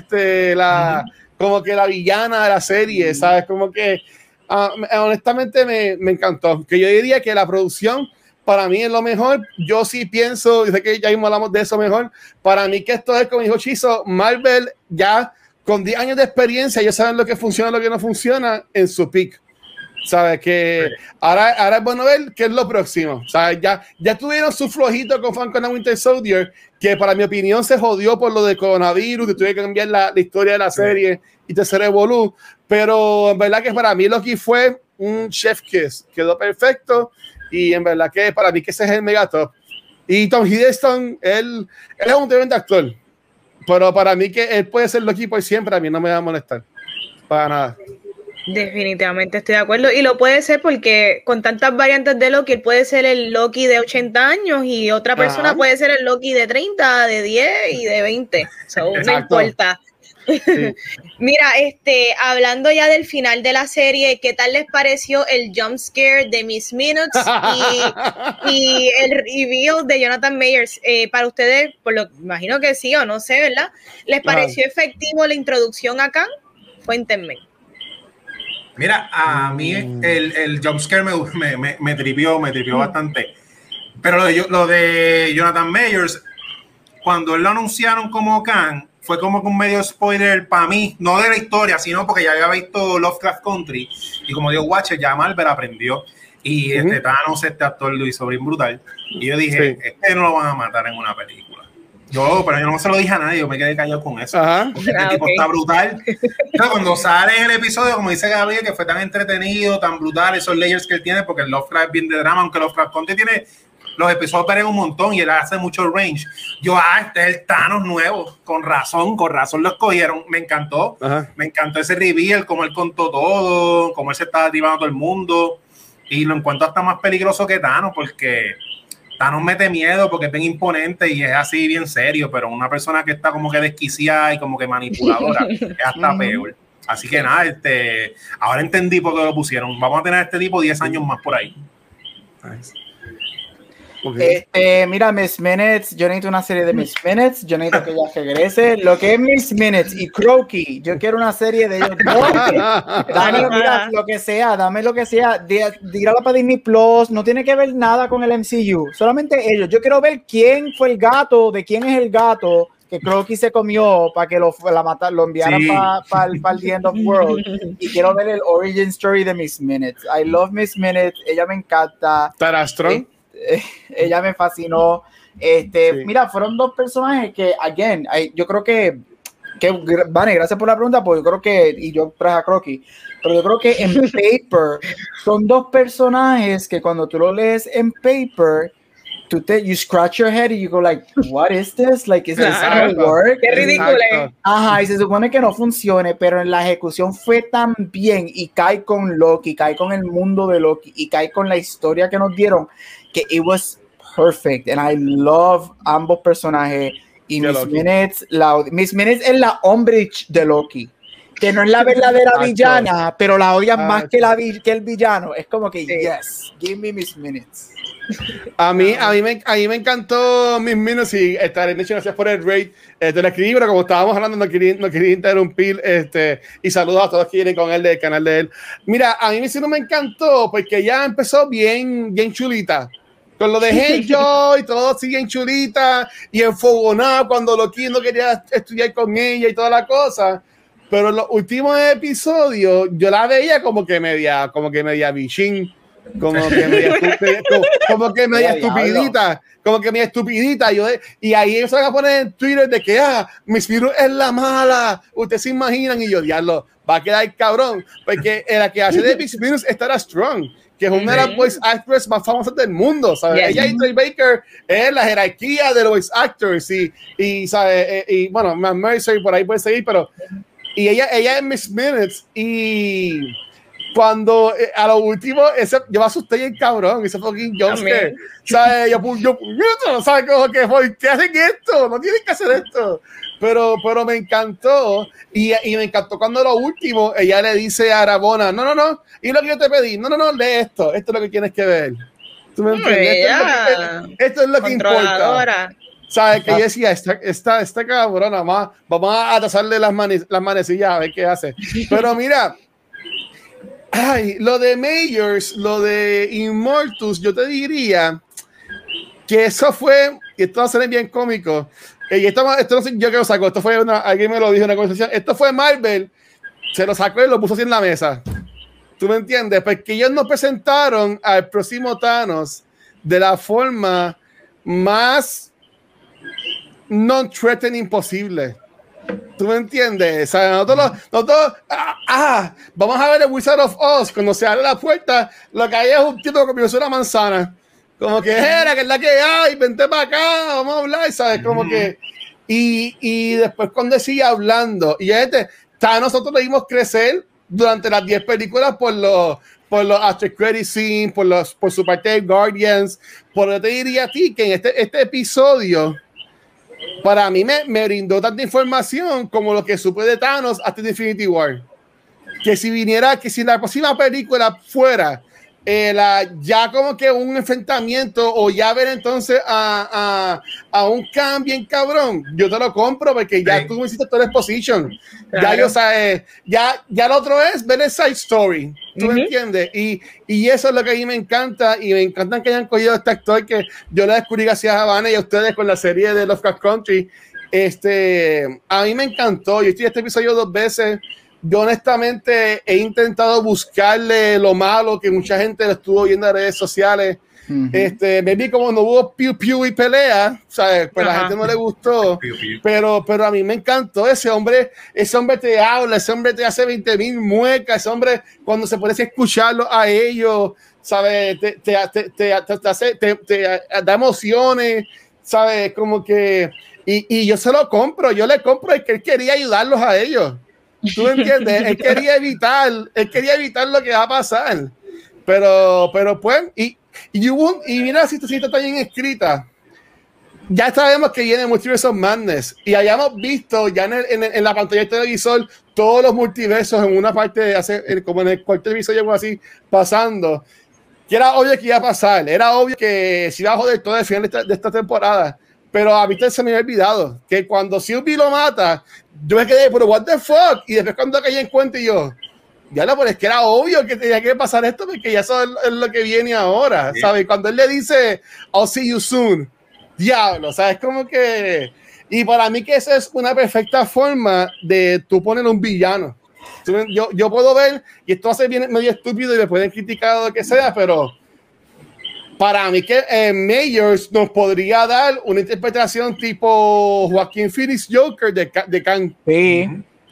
como que la villana de la serie, ¿sabes? Como que honestamente me encantó. Que yo diría que la producción para mí es lo mejor. Yo sí pienso, sé que ya mismo hablamos de eso mejor, para mí que esto es como dijo Chizo, Marvel ya con 10 años de experiencia, ellos saben lo que funciona, lo que no funciona en su peak. ¿Sabes? Que ahora es bueno ver qué es lo próximo. ¿Sabes? Ya tuvieron su flojito con Falcon and Winter Soldier, que para mi opinión se jodió por lo de coronavirus, que tuve que cambiar la historia de la serie y tercer Evolu. Pero en verdad que para mí Loki fue un chef kiss. Quedó perfecto y en verdad que para mí que ese es el mega top. Y Tom Hiddleston, él es un tremendo actor. Pero para mí que él puede ser Loki por siempre, a mí no me va a molestar. Para nada. Definitivamente estoy de acuerdo. Y lo puede ser porque con tantas variantes de Loki, él puede ser el Loki de 80 años y otra persona puede ser el Loki de 30, de 10 y de 20. So, no importa. Sí. Mira, hablando ya del final de la serie, ¿qué tal les pareció el jump scare de Miss Minutes y el reveal de Jonathan Majors? Para ustedes, por lo imagino que sí o no sé, ¿verdad? ¿Les pareció efectivo la introducción acá? Cuéntenme. Mira, a mí el jumpscare me tripió bastante. Pero lo de Jonathan Majors, cuando él lo anunciaron como Kang, fue como que un medio spoiler para mí, no de la historia, sino porque ya había visto Lovecraft Country. Y como digo, Watcher, ya Marvel aprendió. Y Thanos, este actor lo hizo bien brutal. Y yo dije, no lo van a matar en una película. Pero yo no se lo dije a nadie, yo me quedé callado con eso. Porque este tipo está brutal. Entonces, cuando sale en el episodio, como dice Gabriel, que fue tan entretenido, tan brutal, esos layers que él tiene, porque el Lovecraft es bien de drama, aunque Lovecraft Country tiene los episodios paren un montón y él hace mucho range. Yo, este es el Thanos nuevo, con razón lo escogieron, me encantó. Me encantó ese reveal, cómo él contó todo, cómo él se estaba derivando a todo el mundo, y lo encuentro hasta más peligroso que Thanos, porque Thanos mete miedo porque es bien imponente y es así bien serio, pero una persona que está como que desquiciada y como que manipuladora es hasta peor. Así que nada, ahora entendí por qué lo pusieron. Vamos a tener a este tipo 10 años más por ahí. Nice. Mira, Miss Minutes, yo necesito una serie de Miss Minutes, yo necesito que ella regrese. Lo que es Miss Minutes y Crokey, yo quiero una serie de ellos dos. Dame, mira, lo que sea, dame lo que sea. Dígalo para Disney Plus, no tiene que ver nada con el MCU, solamente ellos. Yo quiero ver quién fue el gato, de quién es el gato que Crokey se comió para que lo enviaran para el The End of World. Y quiero ver el origin story de Miss Minutes. I love Miss Minutes, ella me encanta. Tara Strong. Ella me fascinó. Mira, fueron dos personajes que, again, yo creo que Vane, gracias por la pregunta, porque yo creo que, y yo traje a Crokey, pero yo creo que en paper son dos personajes que cuando tú lo lees en paper, you scratch your head y you go like, what is this? Like, is this gonna work? Qué ridículo. Ajá, y se supone que no funcione, pero en la ejecución fue tan bien y cae con Loki, cae con el mundo de Loki y cae con la historia que nos dieron, que it was perfect. And I love ambos personajes. Y Miss Minutes, Miss Minutes es la Umbridge de Loki, que no es la verdadera villana, pero la odian más que el villano. Es como que, yes, give me Miss Minutes. A mí me encantó Miss Minutes y gracias por el rate. Te lo escribí, pero como estábamos hablando, no quería interrumpir. Y saludos a todos que vienen con él del canal de él. Mira, a mí sí no me encantó porque ya empezó bien chulita. Con lo de Hey Joy, todo sigue en chulita y enfogonado cuando Loki no quería estudiar con ella y toda la cosa. Pero en los últimos episodios yo la veía como que media bichín, como que media estupidita. Y ahí eso van a poner en Twitter de que Miss Minutes es la mala. Ustedes se imaginan y yo, diablo, va a quedar cabrón. Porque la que hace de Miss Minutes es Tara Strong, que es una de las voice actors más famosas del mundo, ¿sabes? Ella y Troy Baker es la jerarquía de los voice actors y ¿sabes? Y bueno, Matt Mercer por ahí puede seguir, pero y ella es Miss Minutes y cuando a lo último yo me asusté bien cabrón, ese fucking jumpscare, ¿sabes? Yo ¿sabes? Como que, ¿qué hacen esto? No tienen que hacer esto. Pero me encantó y me encantó cuando lo último ella le dice a Rabona, no, y lo que yo te pedí, no, lee esto es lo que tienes que ver. ¿Tú me entiendes? Esto es lo que importa. ¿Sabes? Que yo decía, esta cabrona, vamos a atasarle las manecillas a ver qué hace. Pero mira, lo de Mayors, lo de Immortus, yo te diría que eso fue, y esto va a ser bien cómico, y esto no sé yo que lo sacó, esto fue alguien me lo dijo en una conversación, esto fue Marvel, se lo sacó y lo puso así en la mesa. ¿Tú me entiendes? Porque ellos nos presentaron al próximo Thanos de la forma más non-threatening posible. ¿Tú me entiendes? O sea, nosotros vamos a ver el Wizard of Oz, cuando se abre la puerta, lo que hay es un tipo que comió una manzana. Como que era, que es la que hay, vente para acá, vamos a hablar, ¿sabes? Como que. Y después cuando sigue hablando, y nosotros lo vimos crecer durante las 10 películas por los after credit scenes, por su parte de Guardians. Por lo que te diría a ti que en este episodio, para mí me brindó tanta información como lo que supe de Thanos hasta Infinity War. Que si la próxima película fuera ya como que un enfrentamiento o ya ver entonces a un cambio en cabrón, yo te lo compro porque ya tú me hiciste toda la exposition. Claro. Ya yo sabes, ya lo otro es ver el side story. ¿Tú me entiendes? Y eso es lo que a mí me encanta y me encantan que hayan cogido a este actor que yo lo descubrí gracias a Vanna y a ustedes con la serie de Lovecraft Country. A mí me encantó. Yo estoy en este episodio 2 veces. Yo honestamente he intentado buscarle lo malo que mucha gente lo estuvo viendo en redes sociales. Me vi como no hubo piu piu y pelea, ¿sabes? Pues la gente no le gustó, pero a mí me encantó ese hombre te habla, ese hombre te hace 20,000 muecas, ese hombre cuando se puede escucharlo a ellos, ¿sabes? Te da emociones, ¿sabes? Como que y yo se lo compro, yo le compro el que él quería ayudarlos a ellos. ¿Tú entiendes? Él quería evitar lo que va a pasar. Pero pues, y mira la situación está bien escrita. Ya sabemos que viene Multiverse of Madness y hayamos visto ya en la pantalla del televisor todos los multiversos en una parte como en el cuarto episodio algo así pasando. Que era obvio que iba a pasar. Era obvio que se iba a joder todo el final de esta temporada. Pero a mí se me había olvidado que cuando Sylvie lo mata, yo me quedé, pero what the fuck, y después cuando caí en cuenta y yo, ya lo, pero es que era obvio que tenía que pasar esto porque ya eso es lo que viene ahora, ¿sabes? Cuando él le dice, I'll see you soon, diablo, ¿sabes? Como que, y para mí que esa es una perfecta forma de tú poner un villano. Yo puedo ver, y esto hace bien medio estúpido y me pueden criticar o lo que sea, pero para mí que Mayors nos podría dar una interpretación tipo Joaquín Phoenix Joker de Kang. Sí.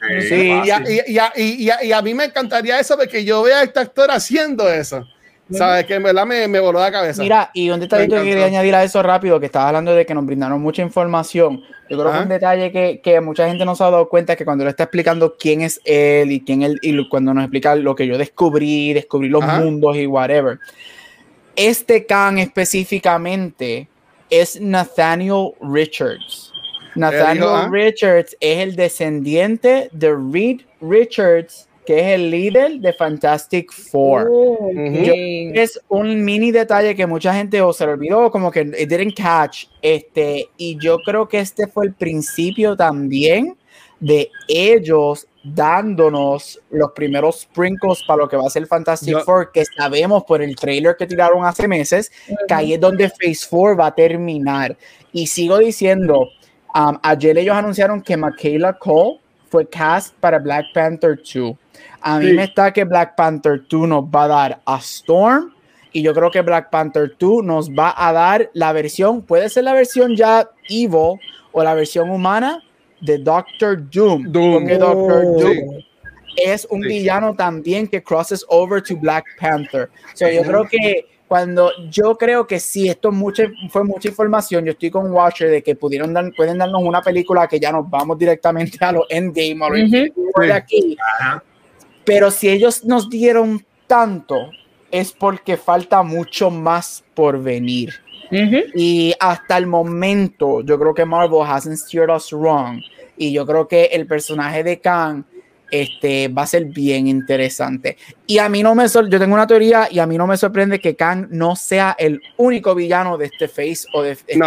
Y a mí me encantaría eso porque yo veo a este actor haciendo eso. ¿Sabes? Que en verdad me voló la cabeza. Mira, y un detallito que quería añadir a eso rápido, que estabas hablando de que nos brindaron mucha información. Yo creo que un detalle que mucha gente no se ha dado cuenta es que cuando le está explicando quién es él y cuando nos explica lo que yo descubrí los mundos y whatever. Este Kang específicamente es Nathaniel Richards. Nathaniel Richards es el descendiente de Reed Richards, que es el líder de Fantastic Four. Es un mini detalle que mucha gente o se le olvidó, como que it didn't catch. Y yo creo que este fue el principio también de ellos dándonos los primeros sprinkles para lo que va a ser Fantastic Four, que sabemos por el trailer que tiraron hace meses, que ahí es donde Phase 4 va a terminar. Y sigo diciendo, ayer ellos anunciaron que Michaela Cole fue cast para Black Panther 2. A mí me está que Black Panther 2 nos va a dar a Storm, y yo creo que Black Panther 2 nos va a dar la versión, puede ser la versión ya evil o la versión humana de Doctor Doom. Porque Doctor Doom es un villano también que crosses over to Black Panther. So, yo creo que sí, fue mucha información. Yo estoy con Watcher de que pueden darnos una película que ya nos vamos directamente a los Endgame o de aquí. Pero si ellos nos dieron tanto, es porque falta mucho más por venir. Y hasta el momento, yo creo que Marvel hasn't steered us wrong. Y yo creo que el personaje de Kang va a ser bien interesante. Y a mí yo tengo una teoría y a mí no me sorprende que Kang no sea el único villano de este phase o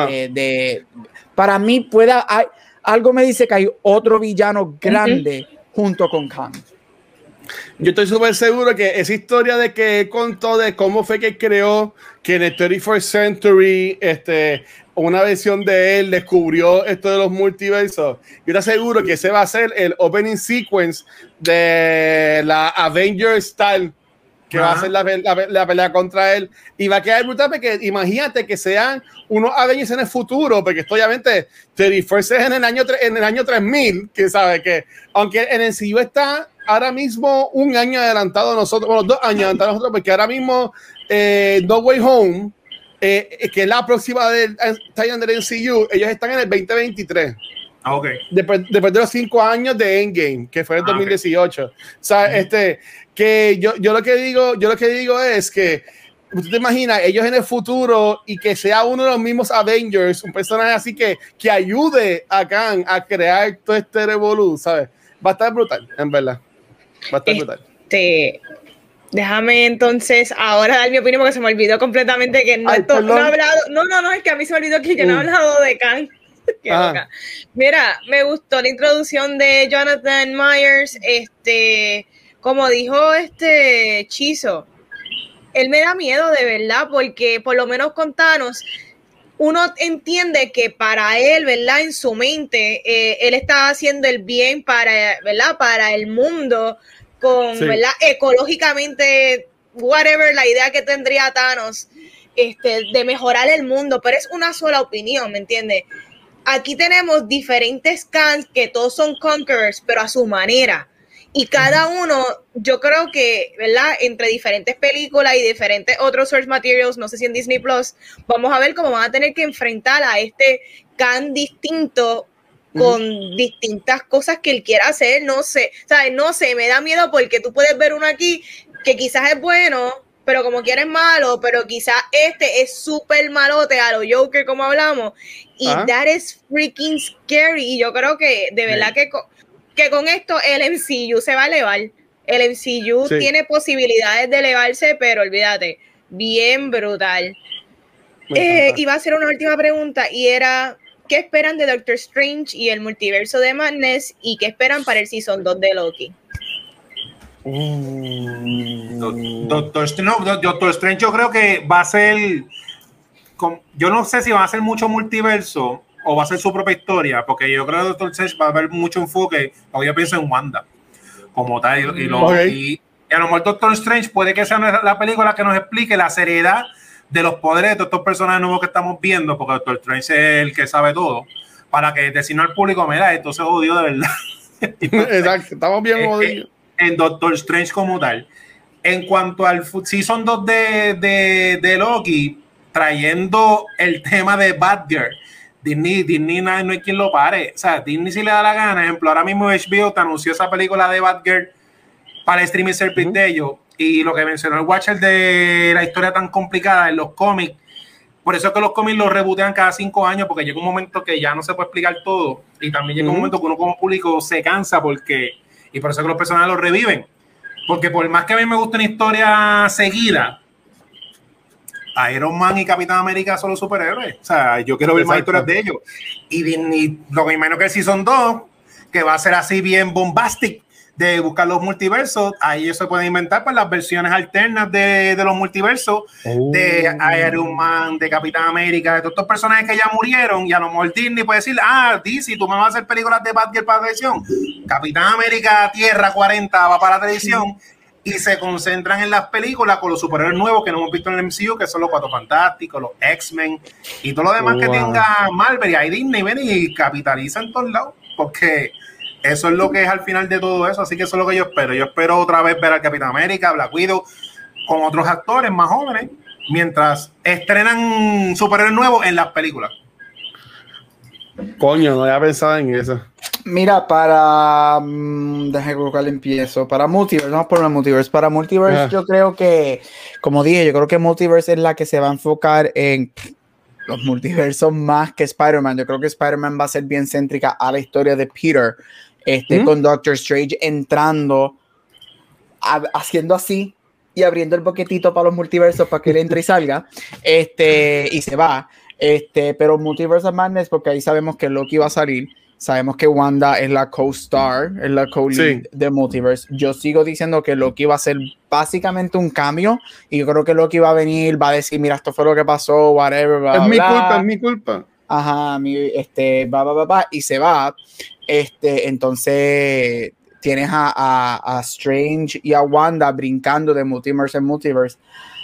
para mí algo me dice que hay otro villano grande junto con Kang. Yo estoy súper seguro que esa historia de que contó de cómo fue que creó que en el 31st Century una versión de él descubrió esto de los multiversos. Yo te aseguro que ese va a ser el opening sequence de la Avengers Style, que va a ser la pelea contra él. Y va a quedar brutal porque imagínate que sean unos Avengers en el futuro, porque esto obviamente 31st es en el año 3000, que sabe que, aunque en el MCU está ahora mismo un año adelantado a nosotros, bueno, 2 años adelantado a nosotros, porque ahora mismo No Way Home, que es la próxima del MCU, ellos están en el 2023. Después de los 5 años de Endgame, que fue en 2018. O sea, que yo lo que digo es que usted te imagina ellos en el futuro y que sea uno de los mismos Avengers, un personaje así que ayude a Kang a crear todo este revolú, ¿sabes? Va a estar brutal, en verdad. Va a estar brutal. Déjame entonces ahora dar mi opinión porque se me olvidó completamente que no he hablado. No, es que a mí se me olvidó que yo no he hablado de Kang. Qué loca. Mira, me gustó la introducción de Jonathan Myers. Como dijo Chizo, él me da miedo de verdad, porque por lo menos con Thanos, uno entiende que para él, ¿verdad? En su mente, él está haciendo el bien ¿verdad? Para el mundo, ¿verdad? Ecológicamente, whatever la idea que tendría Thanos, de mejorar el mundo, pero es una sola opinión, ¿me entiendes? Aquí tenemos diferentes Kangs que todos son conquerors, pero a su manera. Y cada uno, yo creo que, ¿verdad? Entre diferentes películas y diferentes otros source materials, no sé si en Disney Plus, vamos a ver cómo van a tener que enfrentar a este Kang distinto con distintas cosas que él quiera hacer. No sé, ¿sabes? No sé, me da miedo porque tú puedes ver uno aquí que quizás es bueno, pero como quiera es malo, pero quizás es súper malote a lo Joker, como hablamos. Y that is freaking scary. Y yo creo que, de verdad que con esto el MCU se va a elevar. El MCU tiene posibilidades de elevarse, pero olvídate, bien brutal. Iba a hacer una última pregunta y era, ¿qué esperan de Doctor Strange y el multiverso de Madness? ¿Y qué esperan para el Season 2 de Loki? Doctor Strange yo creo que va a ser, yo no sé si va a ser mucho multiverso o va a ser su propia historia, porque yo creo que Doctor Strange va a haber mucho enfoque, porque yo pienso en Wanda como tal, y a lo mejor Doctor Strange puede que sea la película que nos explique la seriedad de los poderes de todos estos personajes nuevos que estamos viendo, porque Doctor Strange es el que sabe todo, para que decirle al público, mira, esto se jodió de verdad. Exacto, estamos bien jodidos. En Doctor Strange como tal. En cuanto al Season 2 de Loki, trayendo el tema de Batgirl, Disney no hay quien lo pare. O sea, Disney si le da la gana. Ejemplo, ahora mismo HBO te anunció esa película de Batgirl para el streaming service de ellos. Y lo que mencionó el Watcher de la historia tan complicada en los cómics, por eso es que los cómics los rebotean cada 5 años, porque llega un momento que ya no se puede explicar todo. Y también llega un momento que uno como público se cansa, y por eso es que los personajes los reviven. Porque por más que a mí me guste una historia seguida, Iron Man y Capitán América son los superhéroes. O sea, yo quiero ver más historias de ellos. Y lo que me imagino que el Season 2, que va a ser así bien bombastic, de buscar los multiversos, ahí ellos se pueden inventar pues, las versiones alternas de los multiversos, de Iron Man, de Capitán América, de todos estos personajes que ya murieron, y a lo mejor Disney puede decir, DC, tú me vas a hacer películas de Batgirl para la televisión, Capitán América Tierra 40 va para la televisión, y se concentran en las películas con los superhéroes nuevos que no hemos visto en el MCU, que son los Cuatro Fantásticos, los X-Men, y todo lo demás que tenga Marvel, y ahí Disney ven y capitaliza en todos lados, porque eso es lo que es al final de todo eso, así que eso es lo que yo espero. Yo espero otra vez ver al Capitán América, Black Widow, con otros actores más jóvenes, mientras estrenan superhéroes nuevos en las películas. Coño, no había pensado en eso. Mira, para... déjame buscar el empiezo. Para Multiverse, vamos por el Multiverse. Para Multiverse, yo creo que, como dije, yo creo que Multiverse es la que se va a enfocar en los multiversos más que Spider-Man. Yo creo que Spider-Man va a ser bien céntrica a la historia de Peter, con Doctor Strange entrando, haciendo así y abriendo el boquetito para los multiversos para que él entre y salga, y se va. Pero Multiverse of Madness, porque ahí sabemos que Loki va a salir. Sabemos que Wanda es la co-star, es la co-lead de Multiverse. Yo sigo diciendo que Loki va a ser básicamente un cambio y yo creo que Loki va a venir, va a decir, mira, esto fue lo que pasó, whatever, bla, es bla. mi culpa. Ajá, y se va. Entonces tienes a Strange y a Wanda brincando de multiverse en multiverse.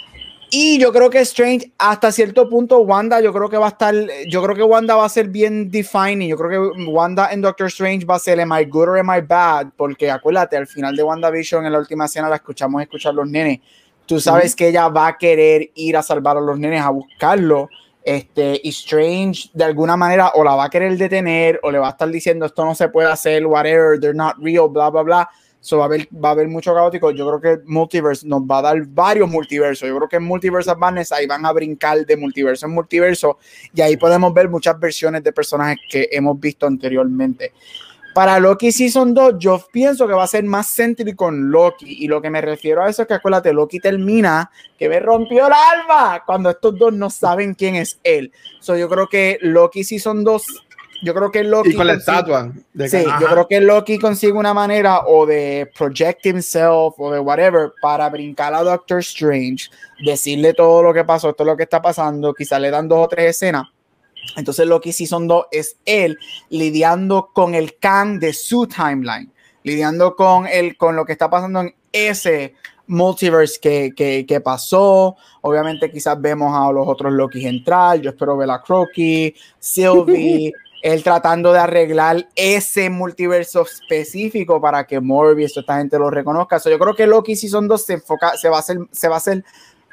Y yo creo que Strange, hasta cierto punto, Wanda, yo creo que Wanda va a ser bien defining. Yo creo que Wanda en Doctor Strange va a ser am I good or am I bad, porque acuérdate, al final de WandaVision, en la última escena, la escuchamos escuchar los nenes. Tú sabes que ella va a querer ir a salvar a los nenes, a buscarlo. Y Strange, de alguna manera, o la va a querer detener, o le va a estar diciendo esto no se puede hacer, whatever, they're not real, bla, bla, bla. So va a haber mucho caótico. Yo creo que Multiverse nos va a dar varios multiversos. Yo creo que en Multiverse of Madness ahí van a brincar de multiverso en multiverso y ahí podemos ver muchas versiones de personajes que hemos visto anteriormente. Para Loki Season 2, yo pienso que va a ser más céntrico en Loki. Y lo que me refiero a eso es que, acuérdate, Loki termina, que me rompió el alma, cuando estos dos no saben quién es él. So, yo creo que Loki Season 2... Yo creo que Loki... Y con la estatua. Yo creo que Loki consigue una manera o de project himself o de whatever para brincar a Doctor Strange, decirle todo lo que pasó, todo lo que está pasando, quizás le dan 2 o 3 escenas. Entonces Loki Season 2 es él lidiando con el Kang de su timeline, lidiando con lo que está pasando en ese multiverse que pasó. Obviamente quizás vemos a los otros Loki entrar. Yo espero ver a Croaky, Sylvie... él tratando de arreglar ese multiverso específico para que Morbius, esta gente lo reconozca. So, yo creo que Loki Season 2 se va a hacer.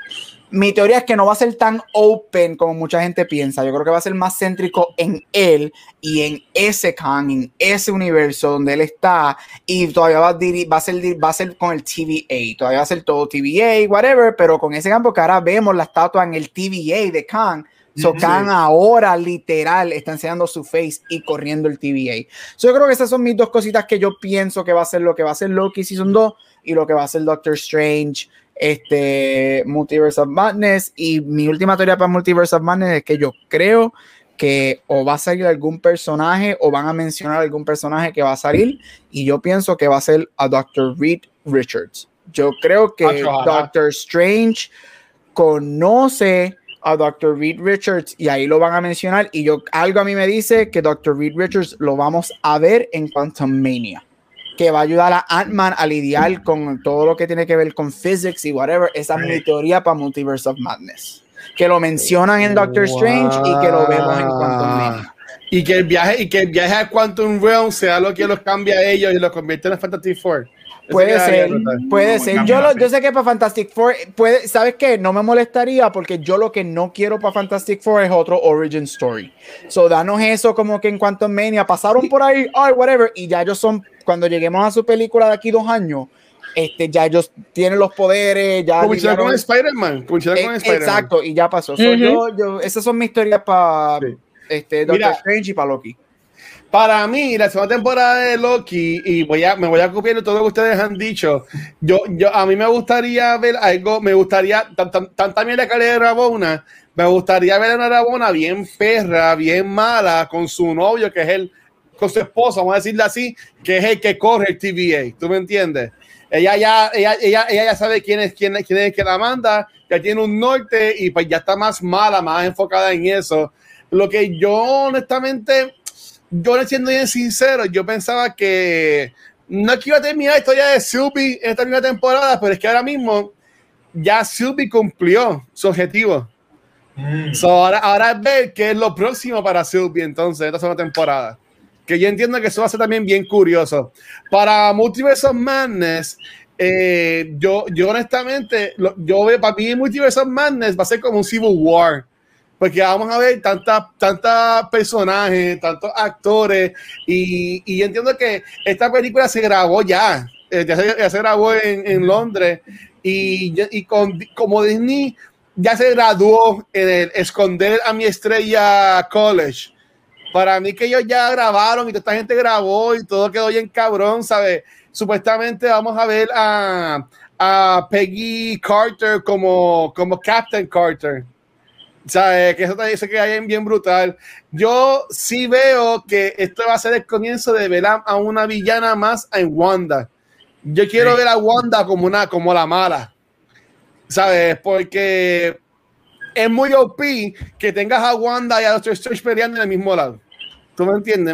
Mi teoría es que no va a ser tan open como mucha gente piensa. Yo creo que va a ser más céntrico en él y en ese Kang, en ese universo donde él está. Y todavía va a ser con el TVA. Todavía va a ser todo TVA, whatever, pero con ese campo que ahora vemos la estatua en el TVA de Kang. So Kang ahora literal está enseñando su face y corriendo el TVA. So yo creo que esas son mis 2 cositas que yo pienso que va a ser lo que va a ser Loki Season 2 y lo que va a ser Doctor Strange, Multiverse of Madness. Y mi última teoría para Multiverse of Madness es que yo creo que o va a salir algún personaje o van a mencionar algún personaje que va a salir y yo pienso que va a ser a Dr. Reed Richards. Yo creo que Doctor Strange conoce a Dr. Reed Richards y ahí lo van a mencionar y algo a mí me dice que Dr. Reed Richards lo vamos a ver en Quantumania, que va a ayudar a Ant-Man a lidiar con todo lo que tiene que ver con physics y whatever. Esa es mi teoría para Multiverse of Madness, que lo mencionan en Doctor Strange y que lo vemos en Quantumania. Y que el viaje a Quantum Realm sea lo que los cambia a ellos y los convierte en Fantastic Four. Puede ser. Yo sé que para Fantastic Four, ¿sabes qué? No me molestaría porque yo lo que no quiero para Fantastic Four es otro origin story. So, danos eso como que en Quantumania pasaron por ahí, whatever, y ya ellos son, cuando lleguemos a su película de aquí 2 años, ya ellos tienen los poderes, ya como hicieron con Spider-Man. Exacto, y ya pasó. So, esas son mis teorías para Doctor Strange y para Loki. Para mí, la segunda temporada de Loki, y me voy a copiar de todo lo que ustedes han dicho, a mí me gustaría ver algo, tanta mierda que le Rabona, me gustaría ver a una Rabona bien perra, bien mala, con su novio, que es con su esposa, vamos a decirle así, que es el que corre el TVA, ¿tú me entiendes? Ella ya sabe quién es el que la manda, ya tiene un norte, y pues ya está más mala, más enfocada en eso. Lo que yo, honestamente... Yo, siendo bien sincero, yo pensaba que no es que iba a terminar la historia de Sylvie en esta primera temporada, pero es que ahora mismo ya Sylvie cumplió su objetivo. So, ahora es ver qué es lo próximo para Sylvie entonces, esta segunda temporada. que yo entiendo que eso va a ser también bien curioso. Para Multiverse of Madness, yo honestamente, yo veo, para mí Multiverse of Madness va a ser como un Civil War, porque vamos a ver tantos personajes, tantos actores, y yo entiendo que esta película se grabó ya se grabó en Londres, y como Disney ya se graduó en el Esconder a mi Estrella College. Para mí que ellos ya grabaron y toda esta gente grabó y todo quedó bien cabrón, ¿sabes? Supuestamente vamos a ver a Peggy Carter como Captain Carter. ¿Sabes? Que eso te dice que hay bien brutal. Yo sí veo que esto va a ser el comienzo de ver a una villana más en Wanda. Yo quiero ver a Wanda como la mala, ¿sabes? Porque es muy OP que tengas a Wanda y a Doctor Strange peleando en el mismo lado. ¿Tú me entiendes?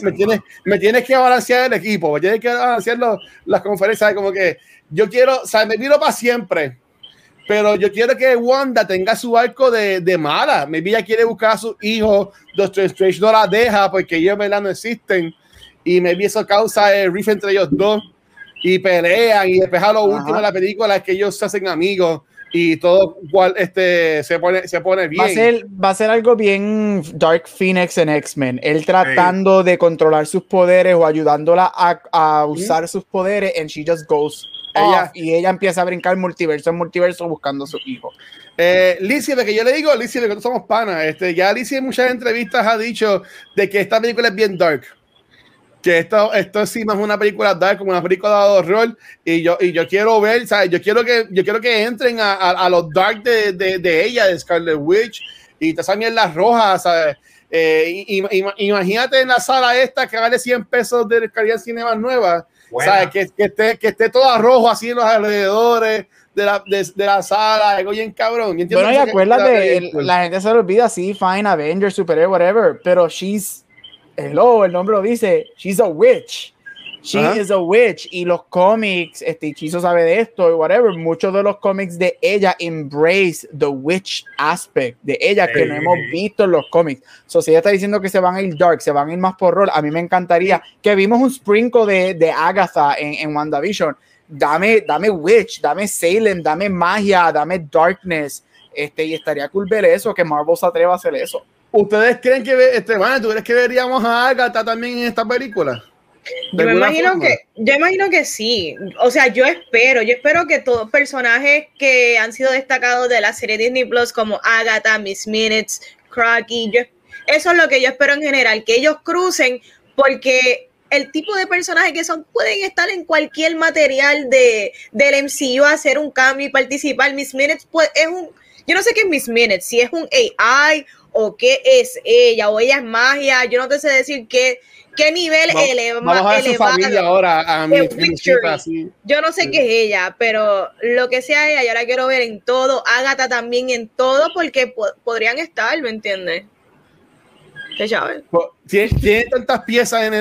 Me tienes que balancear el equipo, me tienes que balancear las conferencias. Como que yo quiero, o sea, me miro para siempre, pero yo quiero que Wanda tenga su arco de mala. Maybe ella quiere buscar a su hijo, Doctor Strange no la deja porque ellos, ¿verdad?, no existen, y maybe eso causa el riff entre ellos dos y pelean, y después a lo último de la película es que ellos se hacen amigos y todo se pone bien. Va a ser algo bien Dark Phoenix en X-Men, él tratando de controlar sus poderes o ayudándola a usar sus poderes, and she just goes off, y ella empieza a brincar multiverso en multiverso buscando a su hijo. Lizzie, de que yo le digo a Lizzie de que nosotros somos panas, ya Lizzie en muchas entrevistas ha dicho de que esta película es bien dark, que esto sí más una película dark, como una película de horror, y yo quiero ver, ¿sabes? Yo quiero que entren a los dark de ella, de Scarlet Witch, y te salen las rojas, ¿sabes? Imagínate en la sala esta que vale $100 de Caribbean Cinema nueva, ¿sabes? Que esté todo rojo así en los alrededores de la sala, algo bien cabrón. Bueno, y acuérdate, la gente se lo olvida, sí, fine, Avengers, superhéroe, whatever, pero hello, el nombre lo dice, she's a witch. She is a witch. Y los cómics, Chizo sabe de esto y whatever, muchos de los cómics de ella embrace the witch aspect de ella que no hemos visto en los cómics. So, si ella está diciendo que se van a ir dark, se van a ir más por rol, a mí me encantaría que vimos un sprinkle de Agatha en WandaVision. Dame witch, dame Salem, dame magia, dame darkness, y estaría cool ver eso, que Marvel se atreva a hacer eso. ¿Ustedes creen que ¿tú crees que veríamos a Agatha también en esta película? Yo imagino que sí. O sea, yo espero que todos personajes que han sido destacados de la serie Disney Plus, como Agatha, Miss Minutes, Crocky, eso es lo que yo espero en general, que ellos crucen, porque el tipo de personajes que son pueden estar en cualquier material del MCU, hacer un cambio y participar. Miss Minutes pues, yo no sé qué es Miss Minutes, si es un AI o qué es ella, o ella es magia, yo no te sé decir qué nivel elevado a su familia ahora, a yo no sé qué es ella, pero lo que sea ella, yo la quiero ver en todo, Agatha también en todo, porque podrían estar, ¿me entiendes? ¿Qué llaves? Tiene tantas piezas en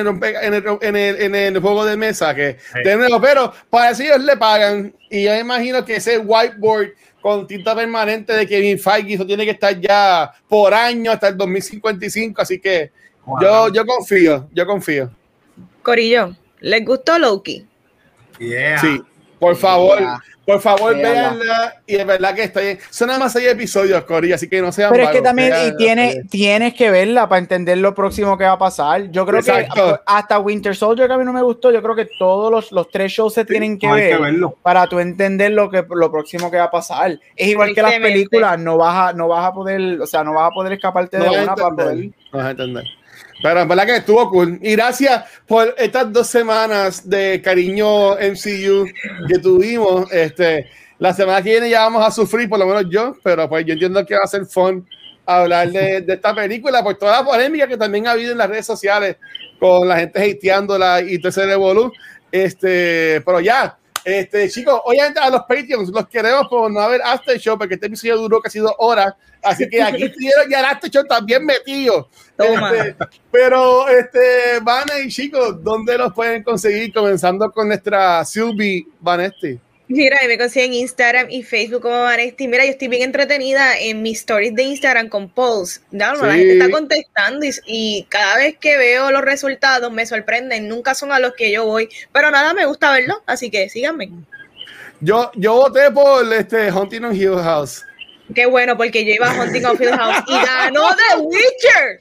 el juego de mesa que pero para eso ellos le pagan, y yo imagino que ese whiteboard con tinta permanente de Kevin Feige, eso tiene que estar ya por año hasta el 2055, así que yo confío. Corillo, ¿les gustó Loki? Sí, por favor, véanla, y es verdad que está bien. Son nada más 6 episodios, Corillo, así que no sean pero vagos, es que también tienes que verla para entender lo próximo que va a pasar. Yo creo que hasta Winter Soldier, que a mí no me gustó, yo creo que todos los 3 shows se tienen que ver para tú entender lo próximo que va a pasar. Es igual que las películas, no vas a poder, o sea, no vas a poder escaparte de una para poder. No vas a entender. Pero en verdad que estuvo cool. Y gracias por estas 2 semanas de cariño MCU que tuvimos. La semana que viene ya vamos a sufrir, por lo menos yo, pero pues yo entiendo que va a ser fun hablar de esta película por toda la polémica que también ha habido en las redes sociales con la gente hateándola y todo ese revolú. Pero ya, chicos, hoy a los Patreons los queremos por no haber After Show, porque este episodio duró casi 2 horas, así que aquí estuvieron ya el After Show también metido. Pero Vane y chicos, ¿dónde los pueden conseguir? Comenzando con nuestra Sylvie Vanesti. Mira, me consiguen Instagram y Facebook como Vanesti. Mira, yo estoy bien entretenida en mis stories de Instagram con polls. La gente está contestando y cada vez que veo los resultados me sorprenden. Nunca son a los que yo voy, pero nada, me gusta verlo, así que síganme. Yo voté por Hunting on Hill House. Qué bueno, porque yo iba a Hunting on Hill House y ganó The Witcher.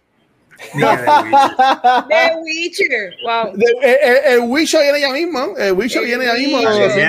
The Witcher, wow. El Witcher viene ya mismo. El Witcher viene ya mismo.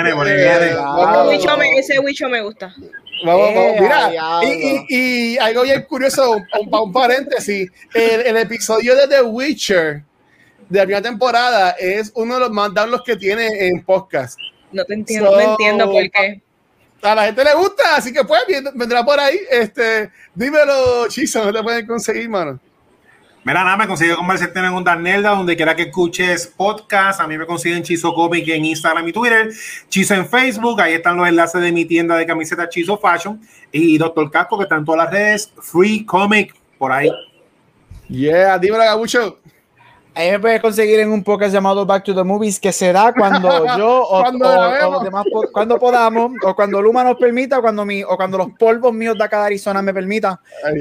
Ese Witcher me gusta. Vamos, mira, y algo bien curioso, un paréntesis, el episodio de The Witcher de la primera temporada es uno de los más downloads que tiene en podcast. No te entiendo, no entiendo por qué. A la gente le gusta, así que pues vendrá por ahí. Dímelo, Chizo, ¿no te pueden conseguir, mano? Mira, nada, me consigue conversarte en un Darnelda, donde quiera que escuches podcast. A mí me consiguen Chizo Comic en Instagram y Twitter, Chizo en Facebook. Ahí están los enlaces de mi tienda de camisetas Chizo Fashion y Dr. Casco, que está en todas las redes. Free Comic, por ahí. Yeah, dímelo, Gabucho. Ahí me puedes conseguir en un podcast llamado Back to the Movies, que se da cuando yo o los demás, cuando podamos, o cuando Luma nos permita, o cuando los polvos míos de acá de Arizona me permitan.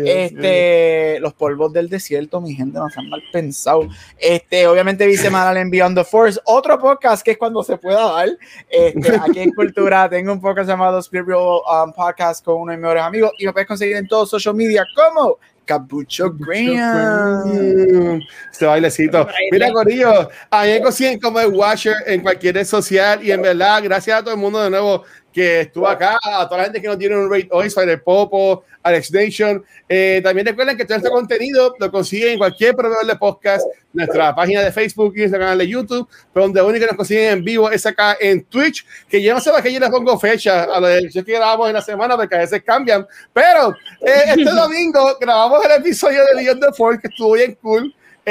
Los polvos del desierto, mi gente, no sean mal pensados. Obviamente vi semanal en Beyond the Force, otro podcast que es cuando se pueda dar. Aquí en Cultura tengo un podcast llamado Spirit Real Podcast con uno de mis mejores amigos, y me puedes conseguir en todos social media como Capucho Graham. Este bailecito. Mira, Corillo, a mí me consiguen como el Watcher en cualquier red social, y en verdad, gracias a todo el mundo de nuevo que estuvo acá, a toda la gente que nos tiene un rate hoy, Spider Popo, Alex Nation. También recuerden que todo este contenido lo consiguen en cualquier proveedor de podcast, nuestra página de Facebook y nuestro canal de YouTube, pero donde único que nos consiguen en vivo es acá en Twitch, que yo no sé para qué yo les pongo fecha a los que grabamos en la semana, porque a veces cambian, pero este domingo grabamos el episodio de Beyond the Force, que estuvo bien cool.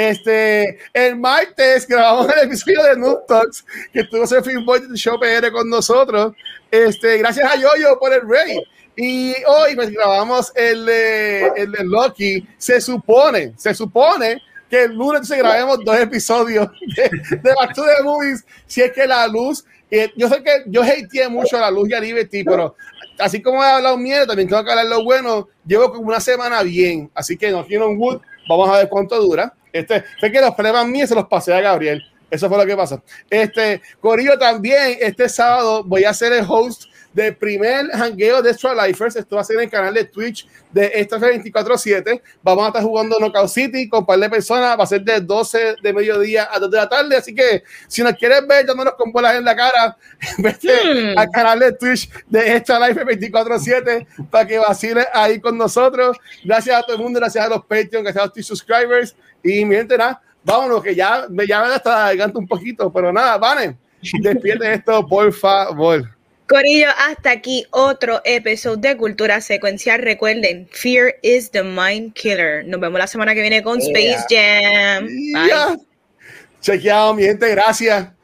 El martes grabamos el episodio de Noob Talks, que estuvo ese Filmboy del Show PR con nosotros. Gracias a Yoyo por el raid. Y hoy pues, grabamos el de Loki. Se supone que el lunes se grabemos 2 episodios de Back to the Movies, si es que la luz. Yo sé que yo hateé mucho a la luz y a Liberty, pero así como he hablado miedo, también tengo que hablar lo bueno. Llevo como una semana bien, así que no quiero un wood. Vamos a ver cuánto dura. Sé que los problemas míos se los pasé a Gabriel. Eso fue lo que pasó. Corillo, también este sábado voy a ser el host del primer jangueo de Extra Lifers. Esto va a ser en el canal de Twitch de Extra 24/7. Vamos a estar jugando Knockout City con un par de personas. Va a ser de 12 de mediodía a 2 de la tarde. Así que si nos quieres ver dándonos con bolas en la cara, vete al canal de Twitch de Extra Lifers 24/7 para que vaciles ahí con nosotros. Gracias a todo el mundo. Gracias a los Patreon, gracias a los Twitch subscribers. Y mi gente, nada, vámonos, que ya me hasta la garganta un poquito, pero nada, Vane, despierte esto, por favor. Corillo, hasta aquí otro episodio de Cultura Secuencial. Recuerden, fear is the mind killer. Nos vemos la semana que viene con Space Jam. Bye. Chequeado, mi gente, gracias.